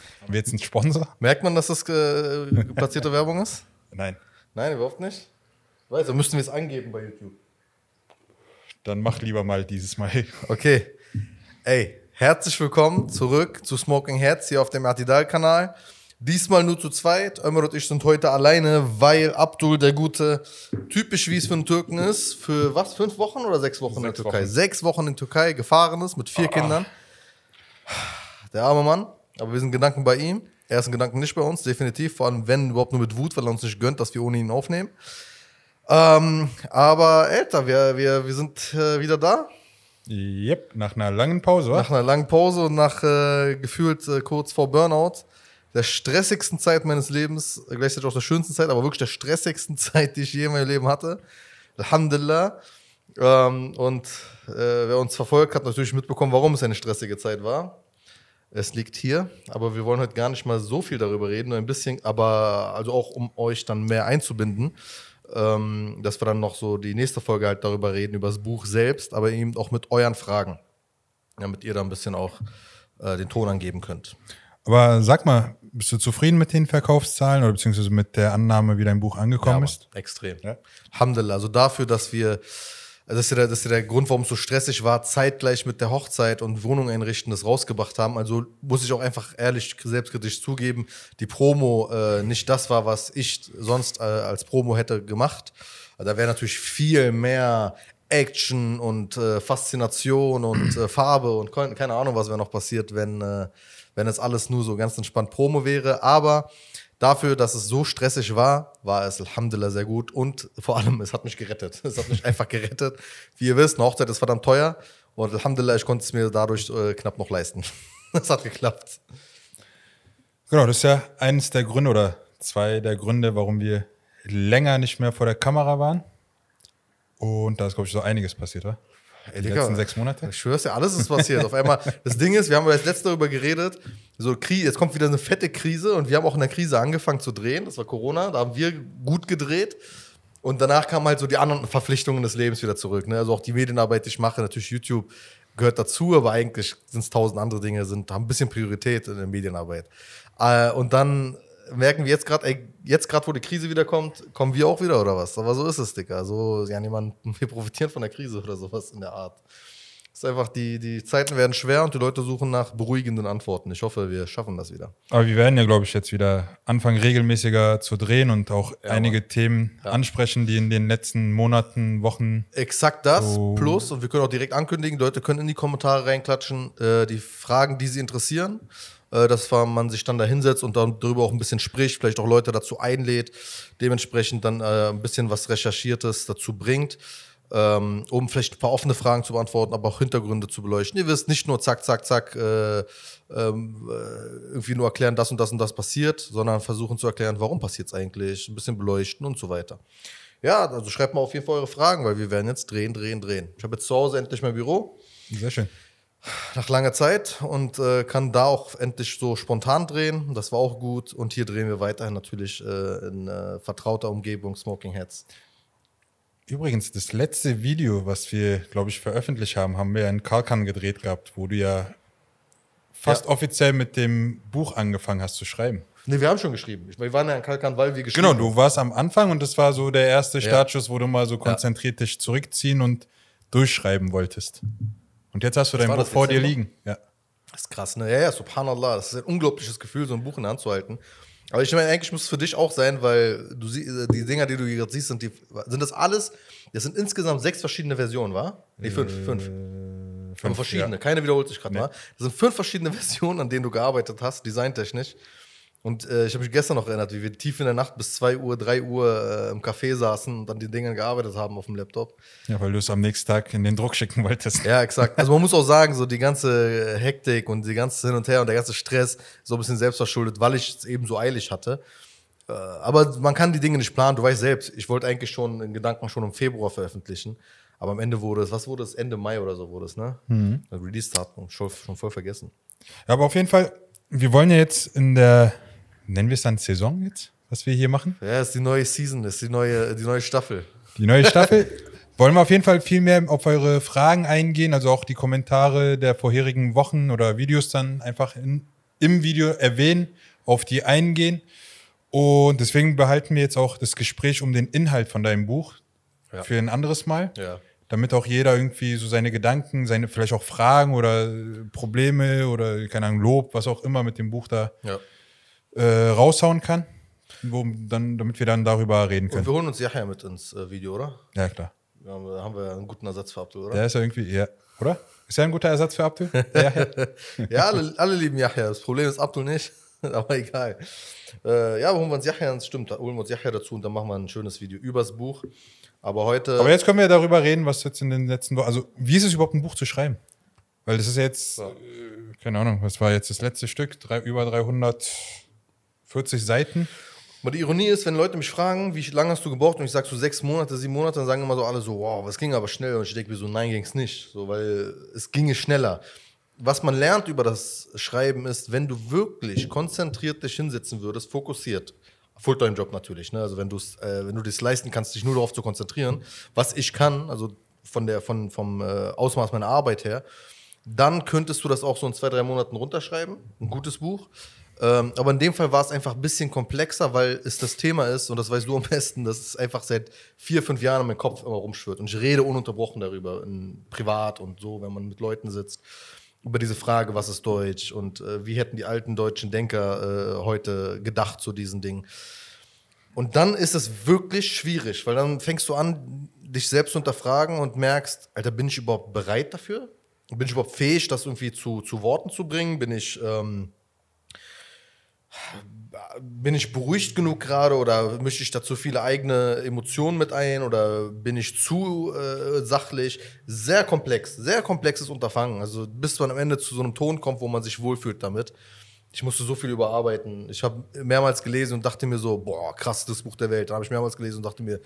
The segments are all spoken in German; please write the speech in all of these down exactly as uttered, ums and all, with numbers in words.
Haben wir jetzt einen Sponsor? Merkt man, dass das äh, platzierte Werbung ist? Nein. Nein, überhaupt nicht? Weißt du, müssten wir es angeben bei YouTube. Dann mach lieber mal dieses Mal. Okay. Ey, herzlich willkommen zurück zu Smoking Heads hier auf dem Atidal-Kanal. Diesmal nur zu zweit. Ömer und ich sind heute alleine, weil Abdul, der Gute, typisch wie es für einen Türken ist, für was, fünf Wochen oder sechs Wochen sechs in der Türkei? Wochen. Sechs Wochen in der Türkei gefahren ist mit vier oh. Kindern. Der arme Mann, aber wir sind Gedanken bei ihm. Er ist in Gedanken nicht bei uns, definitiv. Vor allem, wenn überhaupt nur mit Wut, weil er uns nicht gönnt, dass wir ohne ihn aufnehmen. Ähm, aber älter, wir, wir, wir sind äh, wieder da. Yep, nach einer langen Pause, wa? Nach einer langen Pause und nach äh, gefühlt äh, kurz vor Burnout. Der stressigsten Zeit meines Lebens, gleichzeitig auch der schönsten Zeit, aber wirklich der stressigsten Zeit, die ich je in meinem Leben hatte. Alhamdulillah. Ähm, und äh, wer uns verfolgt, hat natürlich mitbekommen, warum es eine stressige Zeit war. Es liegt hier, aber wir wollen heute gar nicht mal so viel darüber reden, nur ein bisschen, aber also auch um euch dann mehr einzubinden, ähm, dass wir dann noch so die nächste Folge halt darüber reden, über das Buch selbst, aber eben auch mit euren Fragen, damit ihr da ein bisschen auch äh, den Ton angeben könnt. Aber sag mal, bist du zufrieden mit den Verkaufszahlen oder beziehungsweise mit der Annahme, wie dein Buch angekommen ja, ist? Extrem. Ja? Alhamdulillah. Also dafür, dass wir, das ist, ja der, das ist ja der Grund, warum es so stressig war, zeitgleich mit der Hochzeit und Wohnung einrichten, das rausgebracht haben. Also muss ich auch einfach ehrlich, selbstkritisch zugeben, die Promo äh, nicht das war, was ich sonst äh, als Promo hätte gemacht. Also da wäre natürlich viel mehr Action und äh, Faszination und äh, Farbe und keine Ahnung, was wäre noch passiert, wenn äh, wenn es alles nur so ganz entspannt Promo wäre. Aber dafür, dass es so stressig war, war es Alhamdulillah sehr gut. Und vor allem, es hat mich gerettet. Es hat mich einfach gerettet. Wie ihr wisst, eine Hochzeit ist verdammt teuer. Und Alhamdulillah, ich konnte es mir dadurch äh, knapp noch leisten. Das hat geklappt. Genau, das ist ja eines der Gründe oder zwei der Gründe, warum wir länger nicht mehr vor der Kamera waren. Und da ist, glaube ich, so einiges passiert, oder? Ey, die Digga, letzten sechs Monate? Ich schwör's ja, alles ist passiert. Auf einmal, das Ding ist, wir haben das letzte darüber geredet, so jetzt kommt wieder eine fette Krise und wir haben auch in der Krise angefangen zu drehen, das war Corona, da haben wir gut gedreht und danach kamen halt so die anderen Verpflichtungen des Lebens wieder zurück, ne? Also auch die Medienarbeit, die ich mache, natürlich YouTube gehört dazu, aber eigentlich sind es tausend andere Dinge, sind, haben ein bisschen Priorität in der Medienarbeit. Äh, und dann merken wir jetzt gerade, ey, jetzt gerade, wo die Krise wiederkommt, kommen wir auch wieder oder was? Aber so ist es, Dicker. So, ja, niemand, wir profitieren von der Krise oder sowas in der Art. Es ist einfach, die, die Zeiten werden schwer und die Leute suchen nach beruhigenden Antworten. Ich hoffe, wir schaffen das wieder. Aber wir werden ja, glaube ich, jetzt wieder anfangen, regelmäßiger zu drehen und auch ja, einige Mann. Themen ja. ansprechen, die in den letzten Monaten, Wochen. Exakt das. So plus, und wir können auch direkt ankündigen, Leute können in die Kommentare reinklatschen, äh, die Fragen, die sie interessieren. Dass man sich dann da hinsetzt und dann darüber auch ein bisschen spricht, vielleicht auch Leute dazu einlädt, dementsprechend dann äh, ein bisschen was Recherchiertes dazu bringt, ähm, um vielleicht ein paar offene Fragen zu beantworten, aber auch Hintergründe zu beleuchten. Ihr wisst, nicht nur zack, zack, zack, äh, ähm, irgendwie nur erklären, das und das und das passiert, sondern versuchen zu erklären, warum passiert es eigentlich, ein bisschen beleuchten und so weiter. Ja, also schreibt mal auf jeden Fall eure Fragen, weil wir werden jetzt drehen, drehen, drehen. Ich habe jetzt zu Hause endlich mein Büro. Sehr schön. Nach langer Zeit und äh, kann da auch endlich so spontan drehen. Das war auch gut. Und hier drehen wir weiterhin natürlich äh, in äh, vertrauter Umgebung, Smoking Heads. Übrigens, das letzte Video, was wir, glaube ich, veröffentlicht haben, haben wir in Kalkan gedreht gehabt, wo du ja fast ja. offiziell mit dem Buch angefangen hast zu schreiben. Nee, wir haben schon geschrieben. Wir waren ja in Kalkan, weil wir geschrieben haben. Genau, du warst am Anfang und das war so der erste ja. Startschuss, wo du mal so konzentriert dich zurückziehen und durchschreiben wolltest. Und jetzt hast du dein Buch vor dir liegen. Ja. Das ist krass, ne? Ja, ja, subhanallah. Das ist ein unglaubliches Gefühl, so ein Buch in der Hand zu halten. Aber ich meine, eigentlich muss es für dich auch sein, weil du sie, die Dinger, die du hier siehst, sind, die, sind das alles, das sind insgesamt sechs verschiedene Versionen, wa? Nee, fünf. Äh, fünf. fünf Aber verschiedene, ja. Keine wiederholt sich gerade, nee. wa? Das sind fünf verschiedene Versionen, an denen du gearbeitet hast, designtechnisch. Und äh, ich habe mich gestern noch erinnert, wie wir tief in der Nacht bis zwei Uhr, drei Uhr äh, im Café saßen und an den Dingen gearbeitet haben auf dem Laptop. Ja, weil du es am nächsten Tag in den Druck schicken wolltest. Ja, exakt. Also man muss auch sagen, so die ganze Hektik und die ganze Hin und Her und der ganze Stress so ein bisschen selbstverschuldet, weil ich es eben so eilig hatte. Äh, aber man kann die Dinge nicht planen. Du weißt selbst, ich wollte eigentlich schon in Gedanken schon im Februar veröffentlichen. Aber am Ende wurde es, was wurde es? Ende Mai oder so wurde es, ne? Mhm. Release-Datum, schon, schon voll vergessen. Ja, aber auf jeden Fall, wir wollen ja jetzt in der... Nennen wir es dann Saison jetzt, was wir hier machen? Ja, ist die neue Season, ist die neue, die neue Staffel. Die neue Staffel. Wollen wir auf jeden Fall viel mehr auf eure Fragen eingehen, also auch die Kommentare der vorherigen Wochen oder Videos dann einfach in im Video erwähnen, auf die eingehen. Und deswegen behalten wir jetzt auch das Gespräch um den Inhalt von deinem Buch ja. für ein anderes Mal. Ja. Damit auch jeder irgendwie so seine Gedanken, seine vielleicht auch Fragen oder Probleme oder, keine Ahnung, Lob, was auch immer mit dem Buch da ja. äh, raushauen kann. Wo dann, damit wir dann darüber reden können. Und wir holen uns Yahya mit ins äh, Video, oder? Ja, klar. Da haben wir, haben wir einen guten Ersatz für Abdul, oder? Der ist ja irgendwie, ja, oder? Ist er ein guter Ersatz für Abdul? Ja, ja alle, alle lieben Yahya. Das Problem ist Abdul nicht, aber egal. Äh, ja, holen wir uns Yahya, das stimmt, da holen wir uns Yahya dazu und dann machen wir ein schönes Video übers Buch. Aber heute. Aber jetzt können wir darüber reden, was jetzt in den letzten Wochen. Also, wie ist es überhaupt, ein Buch zu schreiben? Weil das ist jetzt, ja. äh, keine Ahnung, was war jetzt das letzte Stück? Drei, über dreihundertvierzig Seiten. Aber die Ironie ist, wenn Leute mich fragen, wie lange hast du gebraucht, und ich sage so sechs Monate, sieben Monate, dann sagen immer so alle so, wow, was ging aber schnell. Und ich denke mir so, nein, ging es nicht. So, weil es ginge schneller. Was man lernt über das Schreiben ist, wenn du wirklich konzentriert dich hinsetzen würdest, fokussiert, Fulltime-Job natürlich, ne? Also wenn, äh, wenn du das leisten kannst, dich nur darauf zu konzentrieren, was ich kann, also von der, von, vom äh, Ausmaß meiner Arbeit her, dann könntest du das auch so in zwei, drei Monaten runterschreiben, ein gutes Buch. Ähm, aber in dem Fall war es einfach ein bisschen komplexer, weil es das Thema ist, und das weißt du am besten, dass es einfach seit vier, fünf Jahren in meinem Kopf immer rumschwirrt. Und ich rede ununterbrochen darüber, in, privat und so, wenn man mit Leuten sitzt, über diese Frage, was ist Deutsch und äh, wie hätten die alten deutschen Denker äh, heute gedacht zu diesen Dingen. Und dann ist es wirklich schwierig, weil dann fängst du an, dich selbst zu hinterfragen und merkst, Alter, bin ich überhaupt bereit dafür? Bin ich überhaupt fähig, das irgendwie zu, zu Worten zu bringen? Bin ich... Ähm, Bin ich beruhigt genug gerade oder mische ich da zu viele eigene Emotionen mit ein oder bin ich zu äh, sachlich? Sehr komplex, sehr komplexes Unterfangen. Also bis man am Ende zu so einem Ton kommt, wo man sich wohlfühlt damit. Ich musste so viel überarbeiten. Ich habe mehrmals gelesen und dachte mir so, boah, krass, das Buch der Welt. Dann habe ich mehrmals gelesen und dachte mir,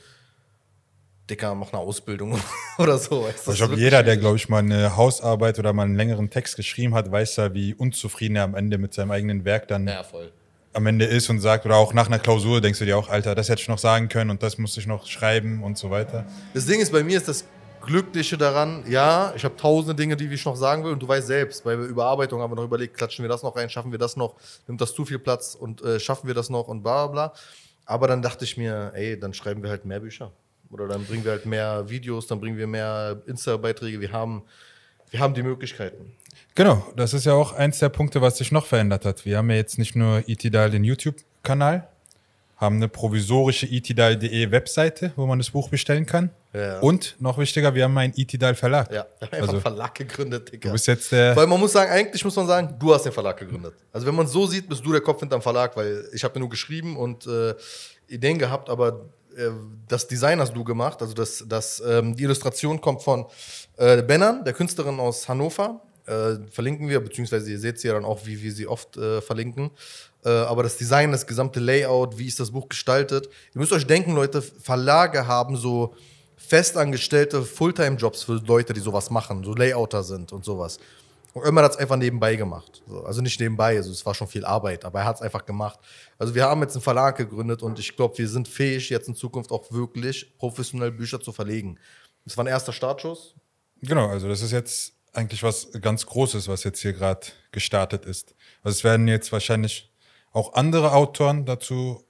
Dicker, mach eine Ausbildung oder so. Weißt, ich glaube, jeder, der, glaube ich, mal eine Hausarbeit oder mal einen längeren Text geschrieben hat, weiß ja, wie unzufrieden er am Ende mit seinem eigenen Werk dann ja, voll. am Ende ist und sagt, oder auch nach einer Klausur denkst du dir auch, Alter, das hätte ich noch sagen können und das musste ich noch schreiben und so weiter. Das Ding ist, bei mir ist das Glückliche daran, ja, ich habe tausende Dinge, die ich noch sagen will und du weißt selbst, bei Überarbeitung haben wir noch überlegt, klatschen wir das noch rein, schaffen wir das noch, nimmt das zu viel Platz und äh, schaffen wir das noch und bla bla bla. Aber dann dachte ich mir, ey, dann schreiben wir halt mehr Bücher. Oder dann bringen wir halt mehr Videos, dann bringen wir mehr Insta-Beiträge. Wir haben, wir haben die Möglichkeiten. Genau, das ist ja auch eins der Punkte, was sich noch verändert hat. Wir haben ja jetzt nicht nur Itidal den YouTube-Kanal, haben eine provisorische itidal punkt de Webseite, wo man das Buch bestellen kann. Ja. Und noch wichtiger, wir haben einen Itidal-Verlag. Ja, wir haben einfach also, einen Verlag gegründet, Digga. Du bist jetzt der... Weil man muss sagen, eigentlich muss man sagen, du hast den Verlag gegründet. Also wenn man es so sieht, bist du der Kopf hinterm Verlag, weil ich habe ja nur geschrieben und äh, Ideen gehabt, aber das Design hast du gemacht, also das, das, ähm, die Illustration kommt von äh, Benan, der Künstlerin aus Hannover, äh, verlinken wir, beziehungsweise ihr seht sie ja dann auch, wie wir sie oft äh, verlinken, äh, aber das Design, das gesamte Layout, wie ist das Buch gestaltet, ihr müsst euch denken, Leute, Verlage haben so festangestellte Fulltime-Jobs für Leute, die sowas machen, so Layouter sind und sowas. Und Ömer hat es einfach nebenbei gemacht. Also nicht nebenbei, also es war schon viel Arbeit, aber er hat es einfach gemacht. Also wir haben jetzt einen Verlag gegründet und ich glaube, wir sind fähig, jetzt in Zukunft auch wirklich professionell Bücher zu verlegen. Das war ein erster Startschuss. Genau, also das ist jetzt eigentlich was ganz Großes, was jetzt hier gerade gestartet ist. Also es werden jetzt wahrscheinlich auch andere Autoren dazu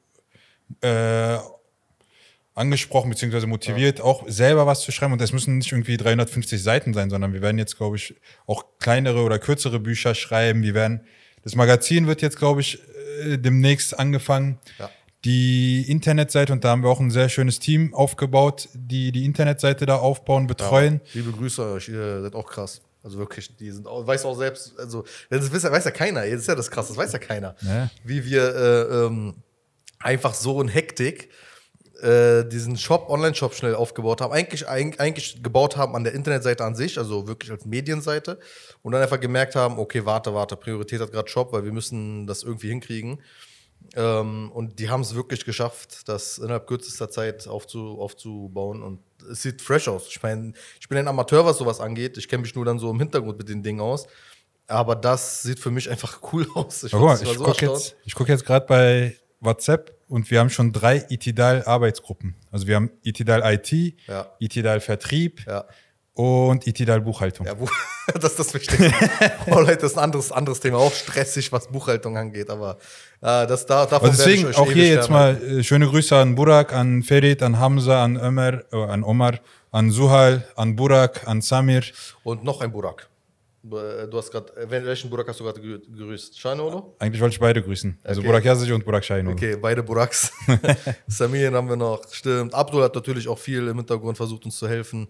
äh, angesprochen bzw. motiviert, ja. auch selber was zu schreiben. Und das müssen nicht irgendwie dreihundertfünfzig Seiten sein, sondern wir werden jetzt, glaube ich, auch kleinere oder kürzere Bücher schreiben. Wir werden, das Magazin wird jetzt, glaube ich, demnächst angefangen. Ja. Die Internetseite, und da haben wir auch ein sehr schönes Team aufgebaut, die die Internetseite da aufbauen, betreuen. Ja, liebe Grüße euch, ihr seid auch krass. Also wirklich, die sind auch, weiß auch selbst, also das weiß ja, weiß ja keiner, das ist ja das Krasse, das weiß ja keiner. Ja. Wie wir äh, ähm, einfach so in Hektik äh, diesen Shop, Online-Shop schnell aufgebaut haben, eigentlich, eigentlich gebaut haben an der Internetseite an sich, also wirklich als Medienseite und dann einfach gemerkt haben, okay, warte, warte, Priorität hat gerade Shop, weil wir müssen das irgendwie hinkriegen. Ähm, und die haben es wirklich geschafft, das innerhalb kürzester Zeit aufzu, aufzubauen und es sieht fresh aus. Ich meine, ich bin ein Amateur, was sowas angeht. Ich kenne mich nur dann so im Hintergrund mit den Dingen aus. Aber das sieht für mich einfach cool aus. Ich, mal, ich so gucke jetzt, guck jetzt gerade bei WhatsApp und wir haben schon drei Itidal-Arbeitsgruppen. Also wir haben Itidal I T, ja. Itidal Vertrieb, ja. und Itidal Buchhaltung. Ja, Buch, das ist das Wichtigste. Oh Leute, das ist ein anderes, anderes Thema, auch stressig, was Buchhaltung angeht, aber äh, das da, davon also deswegen werde ich euch auch hier ewig jetzt mal äh, schöne Grüße an Burak, an Ferit, an Hamza, an Ömer, äh, an Omar, an Suhal, an Burak, an Samir. Und noch ein Burak. Du hast gerade, welchen Burak hast du gerade gegrüßt? Shahinolo? Eigentlich wollte ich beide grüßen. Also Okay. Burak Yazic und Burak Shahinolo. Okay, beide Buraks. Samir haben wir noch, stimmt. Abdul hat natürlich auch viel im Hintergrund versucht, uns zu helfen.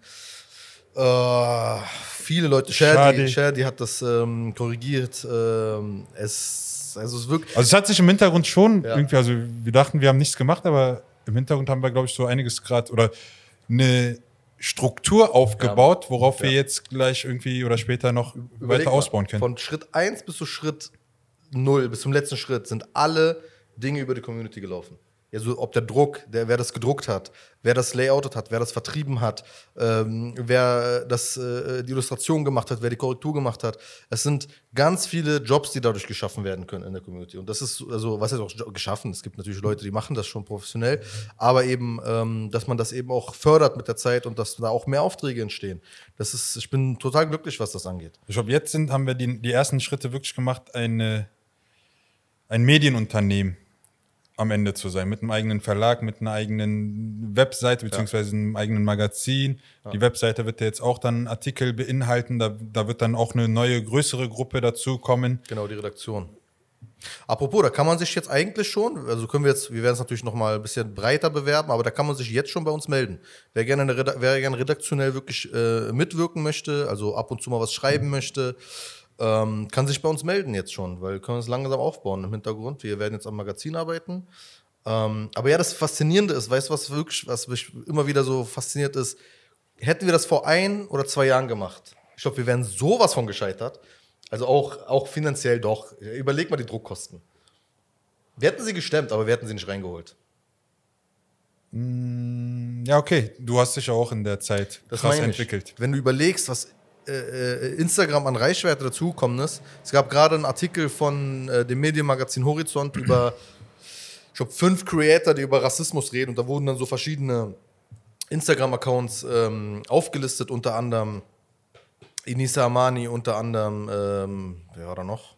Äh, viele Leute, Shadi, Shadi. Shadi hat das ähm, korrigiert. Ähm, es, also es ist wirklich. Also es hat sich im Hintergrund schon Ja. irgendwie, also wir dachten, wir haben nichts gemacht, aber im Hintergrund haben wir, glaube ich, so einiges gerade oder eine Struktur aufgebaut, worauf Ja. wir jetzt gleich irgendwie oder später noch Überleg weiter mal, ausbauen können. Von Schritt eins bis zu Schritt null, bis zum letzten Schritt, sind alle Dinge über die Community gelaufen. Ja, so ob der Druck, der, wer das gedruckt hat, wer das layoutet hat, wer das vertrieben hat, ähm, wer das, äh, die Illustration gemacht hat, wer die Korrektur gemacht hat. Es sind ganz viele Jobs, die dadurch geschaffen werden können in der Community. Und das ist, also, was heißt auch geschaffen? Es gibt natürlich Leute, die machen das schon professionell, aber eben, ähm, dass man das eben auch fördert mit der Zeit und dass da auch mehr Aufträge entstehen. Das ist, ich bin total glücklich, was das angeht. Ich glaube, jetzt sind, haben wir die, die ersten Schritte wirklich gemacht, eine, ein Medienunternehmen am Ende zu sein, mit einem eigenen Verlag, mit einer eigenen Webseite, beziehungsweise einem eigenen Magazin. Ja. Die Webseite wird ja jetzt auch dann Artikel beinhalten, da, da wird dann auch eine neue, größere Gruppe dazu kommen. Genau, die Redaktion. Apropos, da kann man sich jetzt eigentlich schon, also können wir jetzt, wir werden es natürlich noch mal ein bisschen breiter bewerben, aber da kann man sich jetzt schon bei uns melden. Wer gerne, eine, wer gerne redaktionell wirklich äh, mitwirken möchte, also ab und zu mal was schreiben möchte, ähm, kann sich bei uns melden jetzt schon, weil wir können es langsam aufbauen im Hintergrund. Wir werden jetzt am Magazin arbeiten. Ähm, aber ja, das Faszinierende ist, weißt du, was wirklich, was mich immer wieder so fasziniert ist, hätten wir das vor ein oder zwei Jahren gemacht, ich glaube, wir wären sowas von gescheitert. Also auch, auch finanziell doch. Überleg mal die Druckkosten. Wir hätten sie gestemmt, aber wir hätten sie nicht reingeholt. Ja, okay. Du hast dich ja auch in der Zeit Das krass meine ich. entwickelt. Wenn du überlegst, was äh, Instagram an Reichweite dazugekommen ist. Es gab gerade einen Artikel von äh, dem Medienmagazin Horizont über, ich glaube, fünf Creator, die über Rassismus reden. Und da wurden dann so verschiedene Instagram-Accounts ähm, aufgelistet, unter anderem Inisa Amani, unter anderem, ähm, wer war da noch?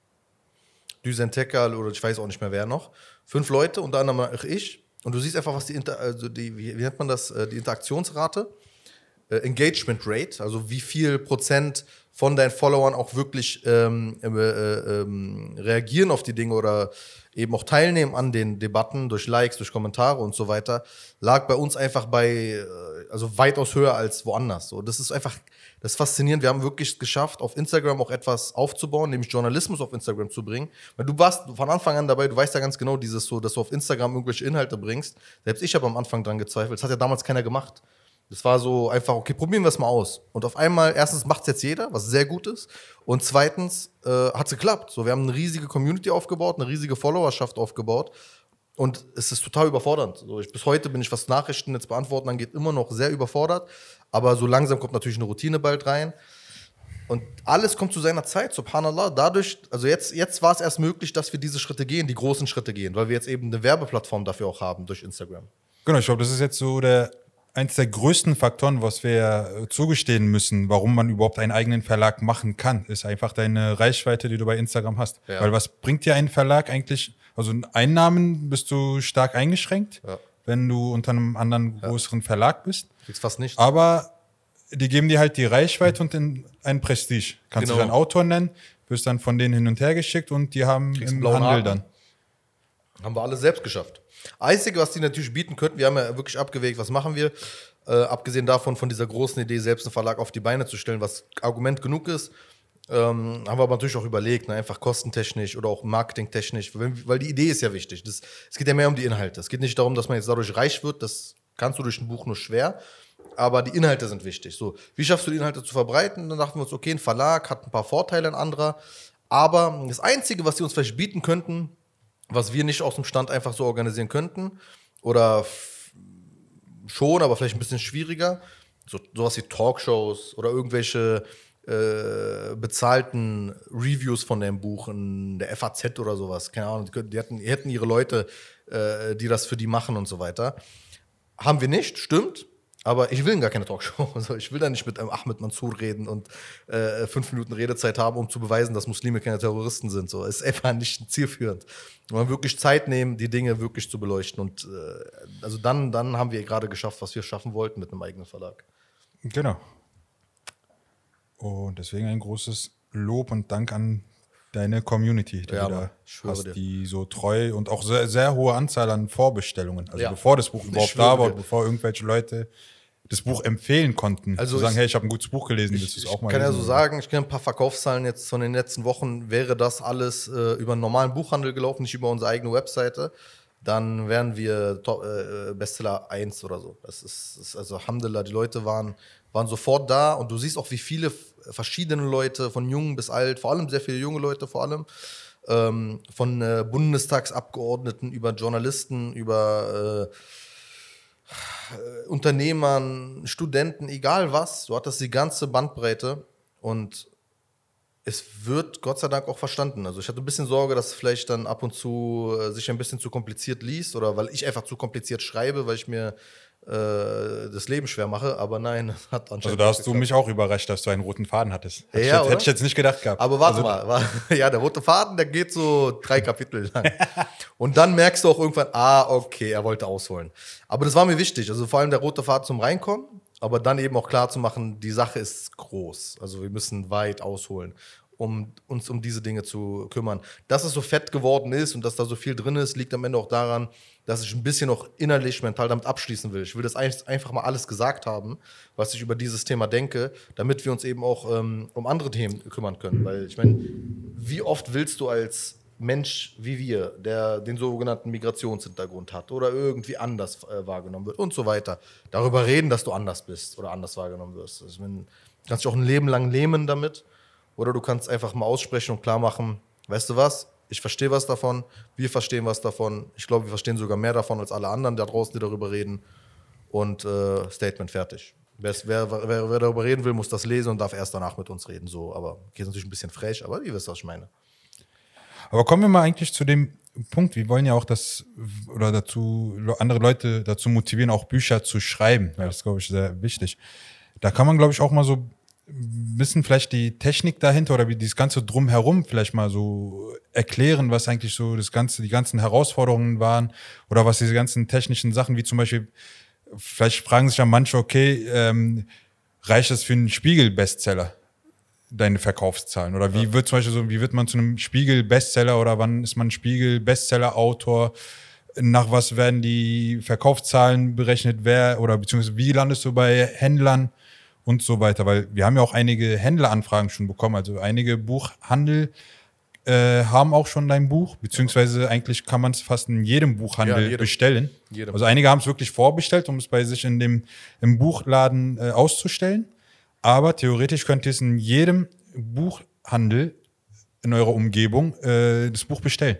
Düsen Tekal oder ich weiß auch nicht mehr wer noch. Fünf Leute, unter anderem auch ich. Und du siehst einfach, was die, Inter also die wie, wie nennt man das, die Interaktionsrate, äh, Engagement Rate, also wie viel Prozent von deinen Followern auch wirklich ähm, äh, äh, ähm, reagieren auf die Dinge oder eben auch teilnehmen an den Debatten durch Likes, durch Kommentare und so weiter, lag bei uns einfach bei, äh, also weitaus höher als woanders. So, das ist einfach, das ist faszinierend. Wir haben wirklich geschafft, auf Instagram auch etwas aufzubauen, nämlich Journalismus auf Instagram zu bringen. Weil du warst von Anfang an dabei, du weißt ja ganz genau, dieses so, dass du auf Instagram irgendwelche Inhalte bringst. Selbst ich habe am Anfang dran gezweifelt. Das hat ja damals keiner gemacht. Das war so einfach, okay, probieren wir es mal aus. Und auf einmal, erstens macht es jetzt jeder, was sehr gut ist. Und zweitens äh, hat es geklappt. So, wir haben eine riesige Community aufgebaut, eine riesige Followerschaft aufgebaut. Und es ist total überfordernd. So, ich, bis heute bin ich, was Nachrichten jetzt beantworten angeht, immer noch sehr überfordert. Aber so langsam kommt natürlich eine Routine bald rein. Und alles kommt zu seiner Zeit, subhanallah. Dadurch, also jetzt, jetzt war es erst möglich, dass wir diese Schritte gehen, die großen Schritte gehen, weil wir jetzt eben eine Werbeplattform dafür auch haben durch Instagram. Genau, ich glaube, das ist jetzt so der eins der größten Faktoren, was wir zugestehen müssen, warum man überhaupt einen eigenen Verlag machen kann, ist einfach deine Reichweite, die du bei Instagram hast. Ja. Weil was bringt dir ein Verlag eigentlich? Also in Einnahmen bist du stark eingeschränkt, Ja. wenn du unter einem anderen größeren Verlag bist. Kriegst fast nichts. Aber die geben dir halt die Reichweite und in ein Prestige. Kannst Genau. dich einen Autor nennen, wirst dann von denen hin und her geschickt und die haben Kriegst einen im blauen Handel Haken. dann. Haben wir alles selbst geschafft. Einzige, was die natürlich bieten könnten, wir haben ja wirklich abgewägt, was machen wir, äh, abgesehen davon, von dieser großen Idee, selbst einen Verlag auf die Beine zu stellen, was Argument genug ist, ähm, haben wir aber natürlich auch überlegt, ne, einfach kostentechnisch oder auch marketingtechnisch, weil, weil die Idee ist ja wichtig. Das, es geht ja mehr um die Inhalte. Es geht nicht darum, dass man jetzt dadurch reich wird, das kannst du durch ein Buch nur schwer, aber die Inhalte sind wichtig. So, wie schaffst du die Inhalte zu verbreiten? Dann dachten wir uns, okay, ein Verlag hat ein paar Vorteile, ein anderer, aber das Einzige, was die uns vielleicht bieten könnten, was wir nicht aus dem Stand einfach so organisieren könnten oder f- schon, aber vielleicht ein bisschen schwieriger, so, sowas wie Talkshows oder irgendwelche äh, bezahlten Reviews von dem Buch in der F A Z oder sowas, keine Ahnung, die, könnten, die, hatten, die hätten ihre Leute, äh, die das für die machen und so weiter. Haben wir nicht, stimmt, Aber ich will gar keine Talkshow. Also ich will da nicht mit einem Ahmed Mansour reden und äh, fünf Minuten Redezeit haben, um zu beweisen, dass Muslime keine Terroristen sind. So, ist einfach nicht zielführend. Man wirklich Zeit nehmen, die Dinge wirklich zu beleuchten. Und äh, also dann, dann haben wir gerade geschafft, was wir schaffen wollten mit einem eigenen Verlag. Genau. Und deswegen ein großes Lob und Dank an deine Community, die Ja, du Mann, da ich schwöre hast, dir. die so treu und auch sehr, sehr hohe Anzahl an Vorbestellungen. Also Ja. bevor das Buch Ich überhaupt schwöre da war, dir. bevor irgendwelche Leute das Buch empfehlen konnten. Also zu sagen, ich- hey, ich habe ein gutes Buch gelesen, Ich, willst du es ich auch mal kann ja lesen? so sagen, ich kenne ein paar Verkaufszahlen jetzt von den letzten Wochen. Wäre das alles äh, über einen normalen Buchhandel gelaufen, nicht über unsere eigene Webseite, dann wären wir Top, äh, Bestseller eins oder so. Das ist, ist also Alhamdulillah, die Leute waren, waren sofort da und du siehst auch, wie viele f- verschiedene Leute, von jung bis alt, vor allem sehr viele junge Leute vor allem, ähm, von äh, Bundestagsabgeordneten über Journalisten, über äh, Unternehmern, Studenten, egal was, du hattest die ganze Bandbreite und es wird Gott sei Dank auch verstanden. Also ich hatte ein bisschen Sorge, dass es vielleicht dann ab und zu äh, sich ein bisschen zu kompliziert liest oder weil ich einfach zu kompliziert schreibe, weil ich mir äh, das Leben schwer mache, aber nein, das hat anscheinend Also da hast nicht du geklappt. mich auch überrascht, dass du einen roten Faden hattest. Hätte, Ja, ich, jetzt, oder? hätte ich jetzt nicht gedacht gehabt. Aber warte also, mal, wa- ja, der rote Faden, der geht so drei Kapitel lang. Und dann merkst du auch irgendwann, ah, okay, er wollte ausholen. Aber das war mir wichtig, also vor allem der rote Faden zum Reinkommen, aber dann eben auch klar zu machen, die Sache ist groß. Also wir müssen weit ausholen, um uns um diese Dinge zu kümmern. Dass es so fett geworden ist und dass da so viel drin ist, liegt am Ende auch daran, dass ich ein bisschen noch innerlich, mental damit abschließen will. Ich will das eigentlich einfach mal alles gesagt haben, was ich über dieses Thema denke, damit wir uns eben auch ähm, um andere Themen kümmern können. Weil ich meine, wie oft willst du als Mensch wie wir, der den sogenannten Migrationshintergrund hat oder irgendwie anders äh, wahrgenommen wird und so weiter, darüber reden, dass du anders bist oder anders wahrgenommen wirst. Also, ich meine, du kannst dich auch ein Leben lang lähmen damit oder du kannst einfach mal aussprechen und klar machen, weißt du was, ich verstehe was davon, wir verstehen was davon, ich glaube, wir verstehen sogar mehr davon als alle anderen da draußen, die darüber reden und äh, Statement fertig. Wer, wer, wer, wer darüber reden will, muss das lesen und darf erst danach mit uns reden. So, aber okay, ist natürlich ein bisschen frech, aber ihr wisst, was ich meine. Aber kommen wir mal eigentlich zu dem Punkt, wir wollen ja auch das oder dazu andere Leute dazu motivieren, auch Bücher zu schreiben. Ja. Das ist, glaube ich, sehr wichtig. Da kann man, glaube ich, auch mal so ein bisschen vielleicht die Technik dahinter oder wie dieses ganze Drumherum vielleicht mal so erklären, was eigentlich so das ganze, die ganzen Herausforderungen waren oder was diese ganzen technischen Sachen, wie zum Beispiel, vielleicht fragen sich ja manche, okay, ähm, reicht das für einen Spiegel-Bestseller? Deine Verkaufszahlen? Oder wie Ja. wird zum Beispiel so, wie wird man zu einem Spiegel-Bestseller oder wann ist man Spiegel-Bestseller-Autor? Nach was werden die Verkaufszahlen berechnet? Wer oder beziehungsweise wie landest du bei Händlern und so weiter? Weil wir haben ja auch einige Händleranfragen schon bekommen. Also einige Buchhandel äh, haben auch schon dein Buch, beziehungsweise eigentlich kann man es fast in jedem Buchhandel Ja, jedem. bestellen. Jedem. Also einige haben es wirklich vorbestellt, um es bei sich in dem im Buchladen äh, auszustellen. Aber theoretisch könnt ihr es in jedem Buchhandel in eurer Umgebung äh, das Buch bestellen.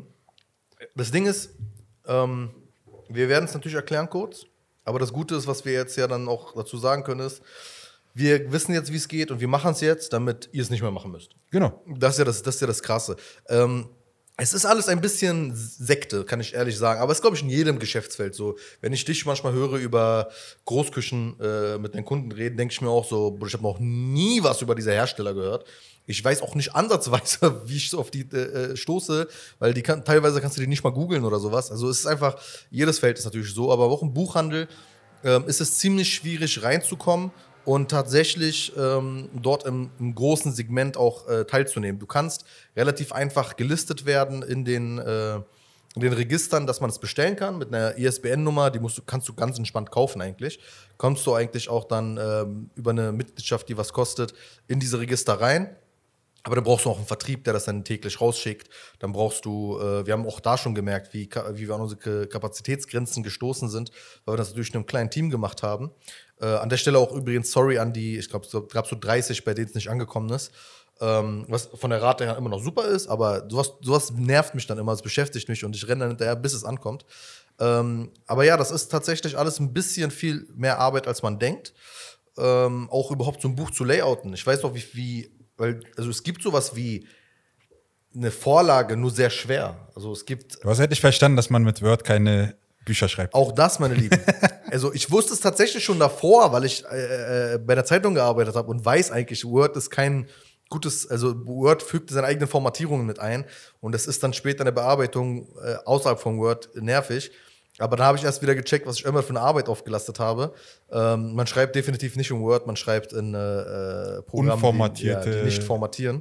Das Ding ist, ähm, wir werden es natürlich erklären kurz, aber das Gute ist, was wir jetzt ja dann auch dazu sagen können, ist, wir wissen jetzt, wie es geht und wir machen es jetzt, damit ihr es nicht mehr machen müsst. Genau. Das ist ja das, das, ist ja das Krasse. Ähm, es ist alles ein bisschen Sekte, kann ich ehrlich sagen. Aber es ist, glaube ich, in jedem Geschäftsfeld so. Wenn ich dich manchmal höre über Großküchen äh, mit deinen Kunden reden, denke ich mir auch so, Bruder, ich habe noch nie was über diese Hersteller gehört. Ich weiß auch nicht ansatzweise, wie ich so auf die äh, stoße, weil die kann, teilweise kannst du die nicht mal googeln oder sowas. Also es ist einfach, jedes Feld ist natürlich so, aber auch im Buchhandel ähm, ist es ziemlich schwierig reinzukommen und tatsächlich ähm, dort im, im großen Segment auch äh, teilzunehmen. Du kannst relativ einfach gelistet werden in den, äh, in den Registern, dass man es bestellen kann mit einer I S B N-Nummer, die musst du, kannst du ganz entspannt kaufen eigentlich. Kommst du eigentlich auch dann ähm, über eine Mitgliedschaft, die was kostet, in diese Register rein. Aber dann brauchst du auch einen Vertrieb, der das dann täglich rausschickt. Dann brauchst du, äh, wir haben auch da schon gemerkt, wie, wie wir an unsere Kapazitätsgrenzen gestoßen sind, weil wir das natürlich in einem kleinen Team gemacht haben. Äh, an der Stelle auch übrigens sorry an die, ich glaube, es gab so dreißig, bei denen es nicht angekommen ist. Ähm, was von der Rate her immer noch super ist, aber sowas, sowas nervt mich dann immer, es beschäftigt mich und ich renne dann hinterher, bis es ankommt. Ähm, aber ja, das ist tatsächlich alles ein bisschen viel mehr Arbeit, als man denkt. Ähm, auch überhaupt so ein Buch zu layouten. Ich weiß noch, wie, wie weil, also es gibt sowas wie eine Vorlage, nur sehr schwer. Also es gibt. Du hast hätte ich verstanden, dass man mit Word keine Bücher schreibt. Auch das, meine Lieben. Also ich wusste es tatsächlich schon davor, weil ich äh, bei der Zeitung gearbeitet habe und weiß eigentlich, Word ist kein gutes, also Word fügt seine eigenen Formatierungen mit ein und das ist dann später in der Bearbeitung äh, außerhalb von Word nervig. Aber da habe ich erst wieder gecheckt, was ich immer für eine Arbeit aufgelastet habe. Ähm, man schreibt definitiv nicht in Word, man schreibt in äh, Programmen, Unformatierte. Die, ja, die nicht formatieren.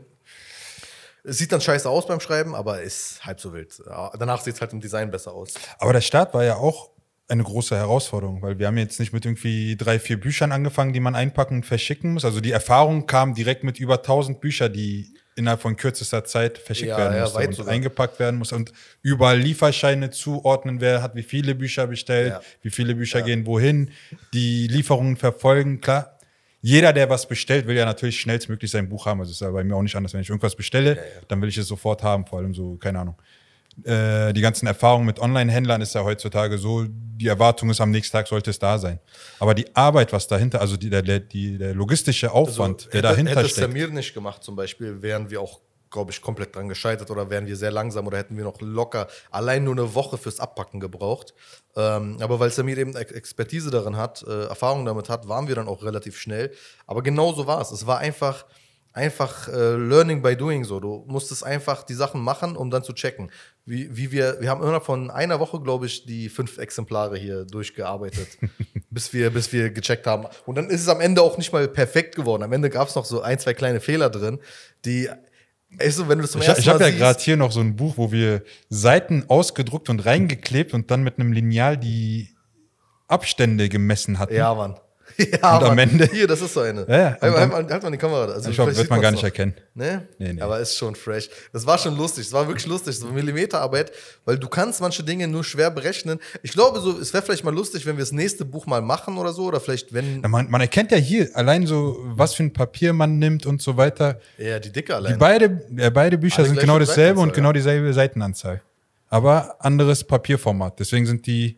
Es sieht dann scheiße aus beim Schreiben, aber ist halb so wild. Danach sieht es halt im Design besser aus. Aber der Start war ja auch eine große Herausforderung, weil wir haben jetzt nicht mit irgendwie drei, vier Büchern angefangen, die man einpacken und verschicken muss. Also die Erfahrung kam direkt mit über tausend Büchern, die innerhalb von kürzester Zeit verschickt Ja, werden ja, musste weit und sogar. eingepackt werden muss und überall Lieferscheine zuordnen, wer hat wie viele Bücher bestellt, Ja. wie viele Bücher Ja. gehen wohin, die Lieferungen verfolgen, klar. Jeder, der was bestellt, will ja natürlich schnellstmöglich sein Buch haben. Also ist ja bei mir auch nicht anders. Wenn ich irgendwas bestelle, Ja, ja. dann will ich es sofort haben, vor allem so, keine Ahnung. Äh, die ganzen Erfahrungen mit Online-Händlern ist ja heutzutage so, die Erwartung ist, am nächsten Tag sollte es da sein. Aber die Arbeit, was dahinter, also die, der, die, der logistische Aufwand, der hätte, dahinter hätte steckt. Samir nicht gemacht zum Beispiel, wären wir auch, glaube ich, komplett dran gescheitert oder wären wir sehr langsam oder hätten wir noch locker allein nur eine Woche fürs Abpacken gebraucht. Ähm, aber weil Samir eben Ex- Expertise darin hat, äh, Erfahrung damit hat, waren wir dann auch relativ schnell. Aber genau so war es. Es war einfach, einfach äh, Learning by Doing so. Du musstest einfach die Sachen machen, um dann zu checken. Wie, wie wir, wir haben innerhalb von einer Woche, glaube ich, die fünf Exemplare hier durchgearbeitet, bis wir, bis wir gecheckt haben. Und dann ist es am Ende auch nicht mal perfekt geworden. Am Ende gab es noch so ein, zwei kleine Fehler drin, die, weißt du, wenn du das zum Ich, ersten ich habe Mal ja siehst, gerade hier noch so ein Buch, wo wir Seiten ausgedruckt und reingeklebt und dann mit einem Lineal die Abstände gemessen hatten. ja, Mann. Ja, Und am Mann. Ende- Hier, das ist so eine. Ja, ja. Halt, Und halt, dann- mal, halt mal die Kamera. Also Ich glaube, vielleicht wird sieht man gar man's nicht noch. erkennen. Ne? Nee, nee. Aber ist schon fresh. Das war schon lustig. Es war wirklich lustig. So Millimeterarbeit, weil du kannst manche Dinge nur schwer berechnen. Ich glaube, so, es wäre vielleicht mal lustig, wenn wir das nächste Buch mal machen oder so. Oder vielleicht, wenn. Ja, man, man erkennt ja hier allein so, was für ein Papier man nimmt und so weiter. Ja, die Dicke Die allein. beide, äh, beide Bücher Alle sind gleiche genau dasselbe und Seitenanzahl, genau ja. dieselbe Seitenanzahl. Aber anderes Papierformat. Deswegen sind die,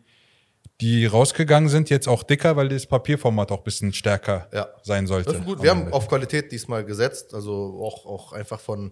die rausgegangen sind, jetzt auch dicker, weil das Papierformat auch ein bisschen stärker Ja. sein sollte. Das ist gut. am Wir haben Ende. auf Qualität diesmal gesetzt. Also auch, auch einfach von.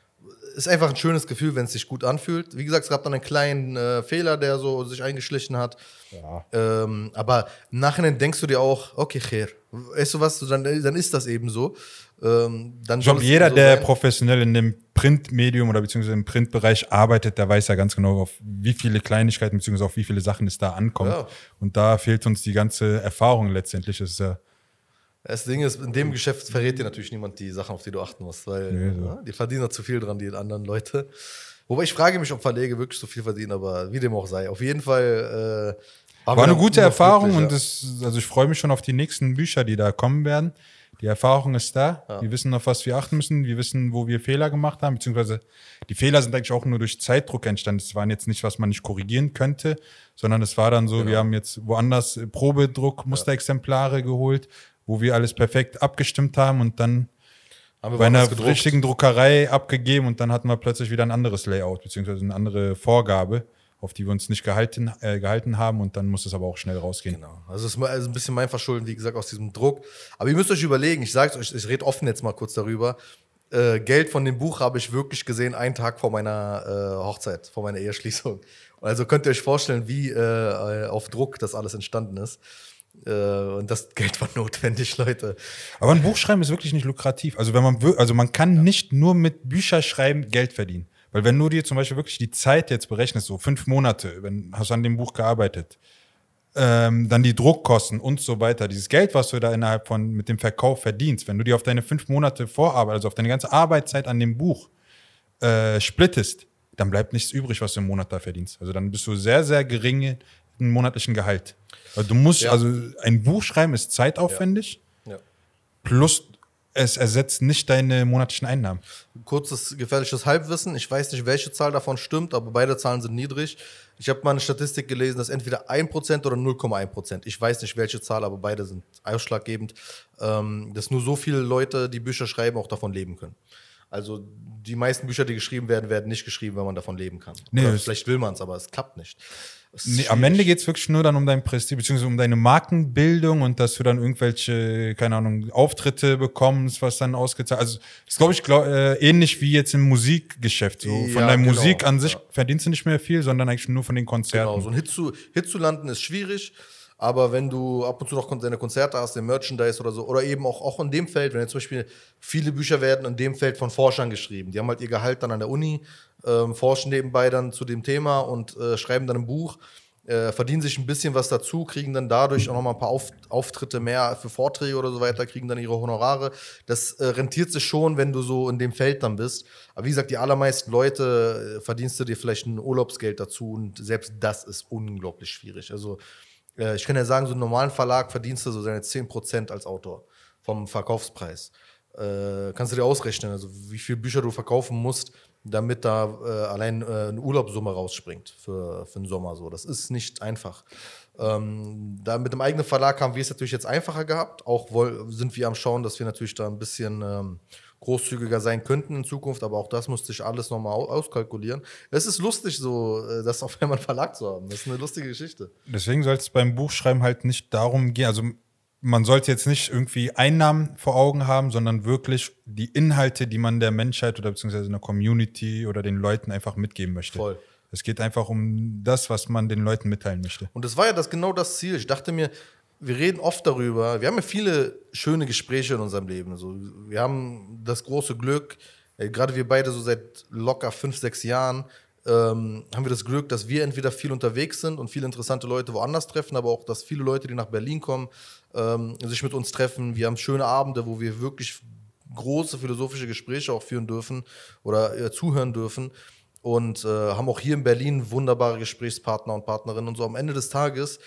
Ist einfach ein schönes Gefühl, wenn es sich gut anfühlt. Wie gesagt, es gab dann einen kleinen äh, Fehler, der so sich eingeschlichen hat. Ja. Ähm, aber im Nachhinein denkst du dir auch, okay, Khair. Weißt du was, dann, dann ist das eben so. Ähm, dann Ich soll glaube, es jeder, so der sein. professionell in dem Printmedium oder beziehungsweise im Printbereich arbeitet, der weiß ja ganz genau, auf wie viele Kleinigkeiten beziehungsweise auf wie viele Sachen es da ankommt. Ja. Und da fehlt uns die ganze Erfahrung letztendlich. Das ist ja, Das Ding ist, in dem Geschäft verrät dir natürlich niemand die Sachen, auf die du achten musst, weil Nee, so. ja, die verdienen da zu viel dran, die anderen Leute. Wobei ich frage mich, ob Verlege wirklich so viel verdienen, aber wie dem auch sei. Auf jeden Fall äh, war eine gute Erfahrung und und das, also ich freue mich schon auf die nächsten Bücher, die da kommen werden. Die Erfahrung ist da. Wir wissen, auf was wir achten müssen. Wir wissen, wo wir Fehler gemacht haben, beziehungsweise die Fehler sind eigentlich auch nur durch Zeitdruck entstanden. Es waren jetzt nicht, was man nicht korrigieren könnte, sondern es war dann so, wir haben jetzt woanders Probedruck, Musterexemplare geholt, wo wir alles perfekt abgestimmt haben und dann haben wir bei einer woanders gedruckt. richtigen Druckerei abgegeben und dann hatten wir plötzlich wieder ein anderes Layout, beziehungsweise eine andere Vorgabe, auf die wir uns nicht gehalten, äh, gehalten haben und dann muss es aber auch schnell rausgehen. Genau. Also es ist mal- also ein bisschen mein Verschulden, wie gesagt, aus diesem Druck. Aber ihr müsst euch überlegen, ich sag's euch, ich rede offen jetzt mal kurz darüber. Äh, Geld von dem Buch habe ich wirklich gesehen, einen Tag vor meiner äh, Hochzeit, vor meiner Eheschließung. Also könnt ihr euch vorstellen, wie äh, auf Druck das alles entstanden ist. Äh, und das Geld war notwendig, Leute. Aber ein Buch schreiben ist wirklich nicht lukrativ. Also wenn man wir- also man kann nicht nur mit Bücherschreiben Geld verdienen. Weil wenn du dir zum Beispiel wirklich die Zeit jetzt berechnest, so fünf Monate, wenn hast du an dem Buch gearbeitet, ähm, dann die Druckkosten und so weiter, dieses Geld, was du da innerhalb von mit dem Verkauf verdienst, wenn du dir auf deine fünf Monate Vorarbeit, also auf deine ganze Arbeitszeit an dem Buch äh, splittest, dann bleibt nichts übrig, was du im Monat da verdienst. Also dann bist du sehr, sehr geringe im monatlichen Gehalt. Also du musst, Ja. also ein Buch schreiben ist zeitaufwendig, Ja. plus es ersetzt nicht deine monatlichen Einnahmen. Kurzes gefährliches Halbwissen. Ich weiß nicht, welche Zahl davon stimmt, aber beide Zahlen sind niedrig. Ich habe mal eine Statistik gelesen, dass entweder ein Prozent oder null Komma eins Prozent. Ich weiß nicht, welche Zahl, aber beide sind ausschlaggebend, ähm, dass nur so viele Leute, die Bücher schreiben, auch davon leben können. Also die meisten Bücher, die geschrieben werden, werden nicht geschrieben, wenn man davon leben kann. Nee, Oder es- vielleicht will man es, aber es klappt nicht. Es ist Nee, am schwierig. Ende geht es wirklich nur dann um dein Prestige, beziehungsweise um deine Markenbildung und dass du dann irgendwelche, keine Ahnung, Auftritte bekommst, was dann ausgezahlt. Also, das ist, glaube ich, glaub, äh, ähnlich wie jetzt im Musikgeschäft. So. Von Ja, deiner genau, Musik an sich ja. verdienst du nicht mehr viel, sondern eigentlich nur von den Konzerten. Genau, so ein Hit zu, Hit zu landen ist schwierig, aber wenn du ab und zu noch deine Konzerte hast, den Merchandise oder so, oder eben auch, auch in dem Feld, wenn jetzt zum Beispiel viele Bücher werden in dem Feld von Forschern geschrieben, die haben halt ihr Gehalt dann an der Uni, ähm, forschen nebenbei dann zu dem Thema und äh, schreiben dann ein Buch, äh, verdienen sich ein bisschen was dazu, kriegen dann dadurch auch nochmal ein paar Auf, Auftritte mehr für Vorträge oder so weiter, kriegen dann ihre Honorare. Das äh, rentiert sich schon, wenn du so in dem Feld dann bist. Aber wie gesagt, die allermeisten Leute äh, verdienst du dir vielleicht ein Urlaubsgeld dazu und selbst das ist unglaublich schwierig. Also äh, ich kann ja sagen, so einen normalen Verlag verdienst du so seine zehn Prozent als Autor vom Verkaufspreis. Äh, kannst du dir ausrechnen, also wie viele Bücher du verkaufen musst, damit da äh, allein äh, eine Urlaubssumme rausspringt für, für den Sommer. So. Das ist nicht einfach. Ähm, da mit dem eigenen Verlag haben wir es natürlich jetzt einfacher gehabt. Auch woll, sind wir am Schauen, dass wir natürlich da ein bisschen ähm, großzügiger sein könnten in Zukunft, aber auch das musste ich alles nochmal au- auskalkulieren. Es ist lustig, so äh, das auf einmal einen Verlag zu haben. Das ist eine lustige Geschichte. Deswegen soll es beim Buchschreiben halt nicht darum gehen, also man sollte jetzt nicht irgendwie Einnahmen vor Augen haben, sondern wirklich die Inhalte, die man der Menschheit oder beziehungsweise einer Community oder den Leuten einfach mitgeben möchte. Voll. Es geht einfach um das, was man den Leuten mitteilen möchte. Und das war ja das, genau das Ziel. Ich dachte mir, wir reden oft darüber, wir haben ja viele schöne Gespräche in unserem Leben. Also, wir haben das große Glück, äh, gerade wir beide so seit locker fünf, sechs Jahren, ähm, haben wir das Glück, dass wir entweder viel unterwegs sind und viele interessante Leute woanders treffen, aber auch, dass viele Leute, die nach Berlin kommen, ähm, sich mit uns treffen. Wir haben schöne Abende, wo wir wirklich große philosophische Gespräche auch führen dürfen oder äh, zuhören dürfen. Und äh, haben auch hier in Berlin wunderbare Gesprächspartner und Partnerinnen. Und so am Ende des Tages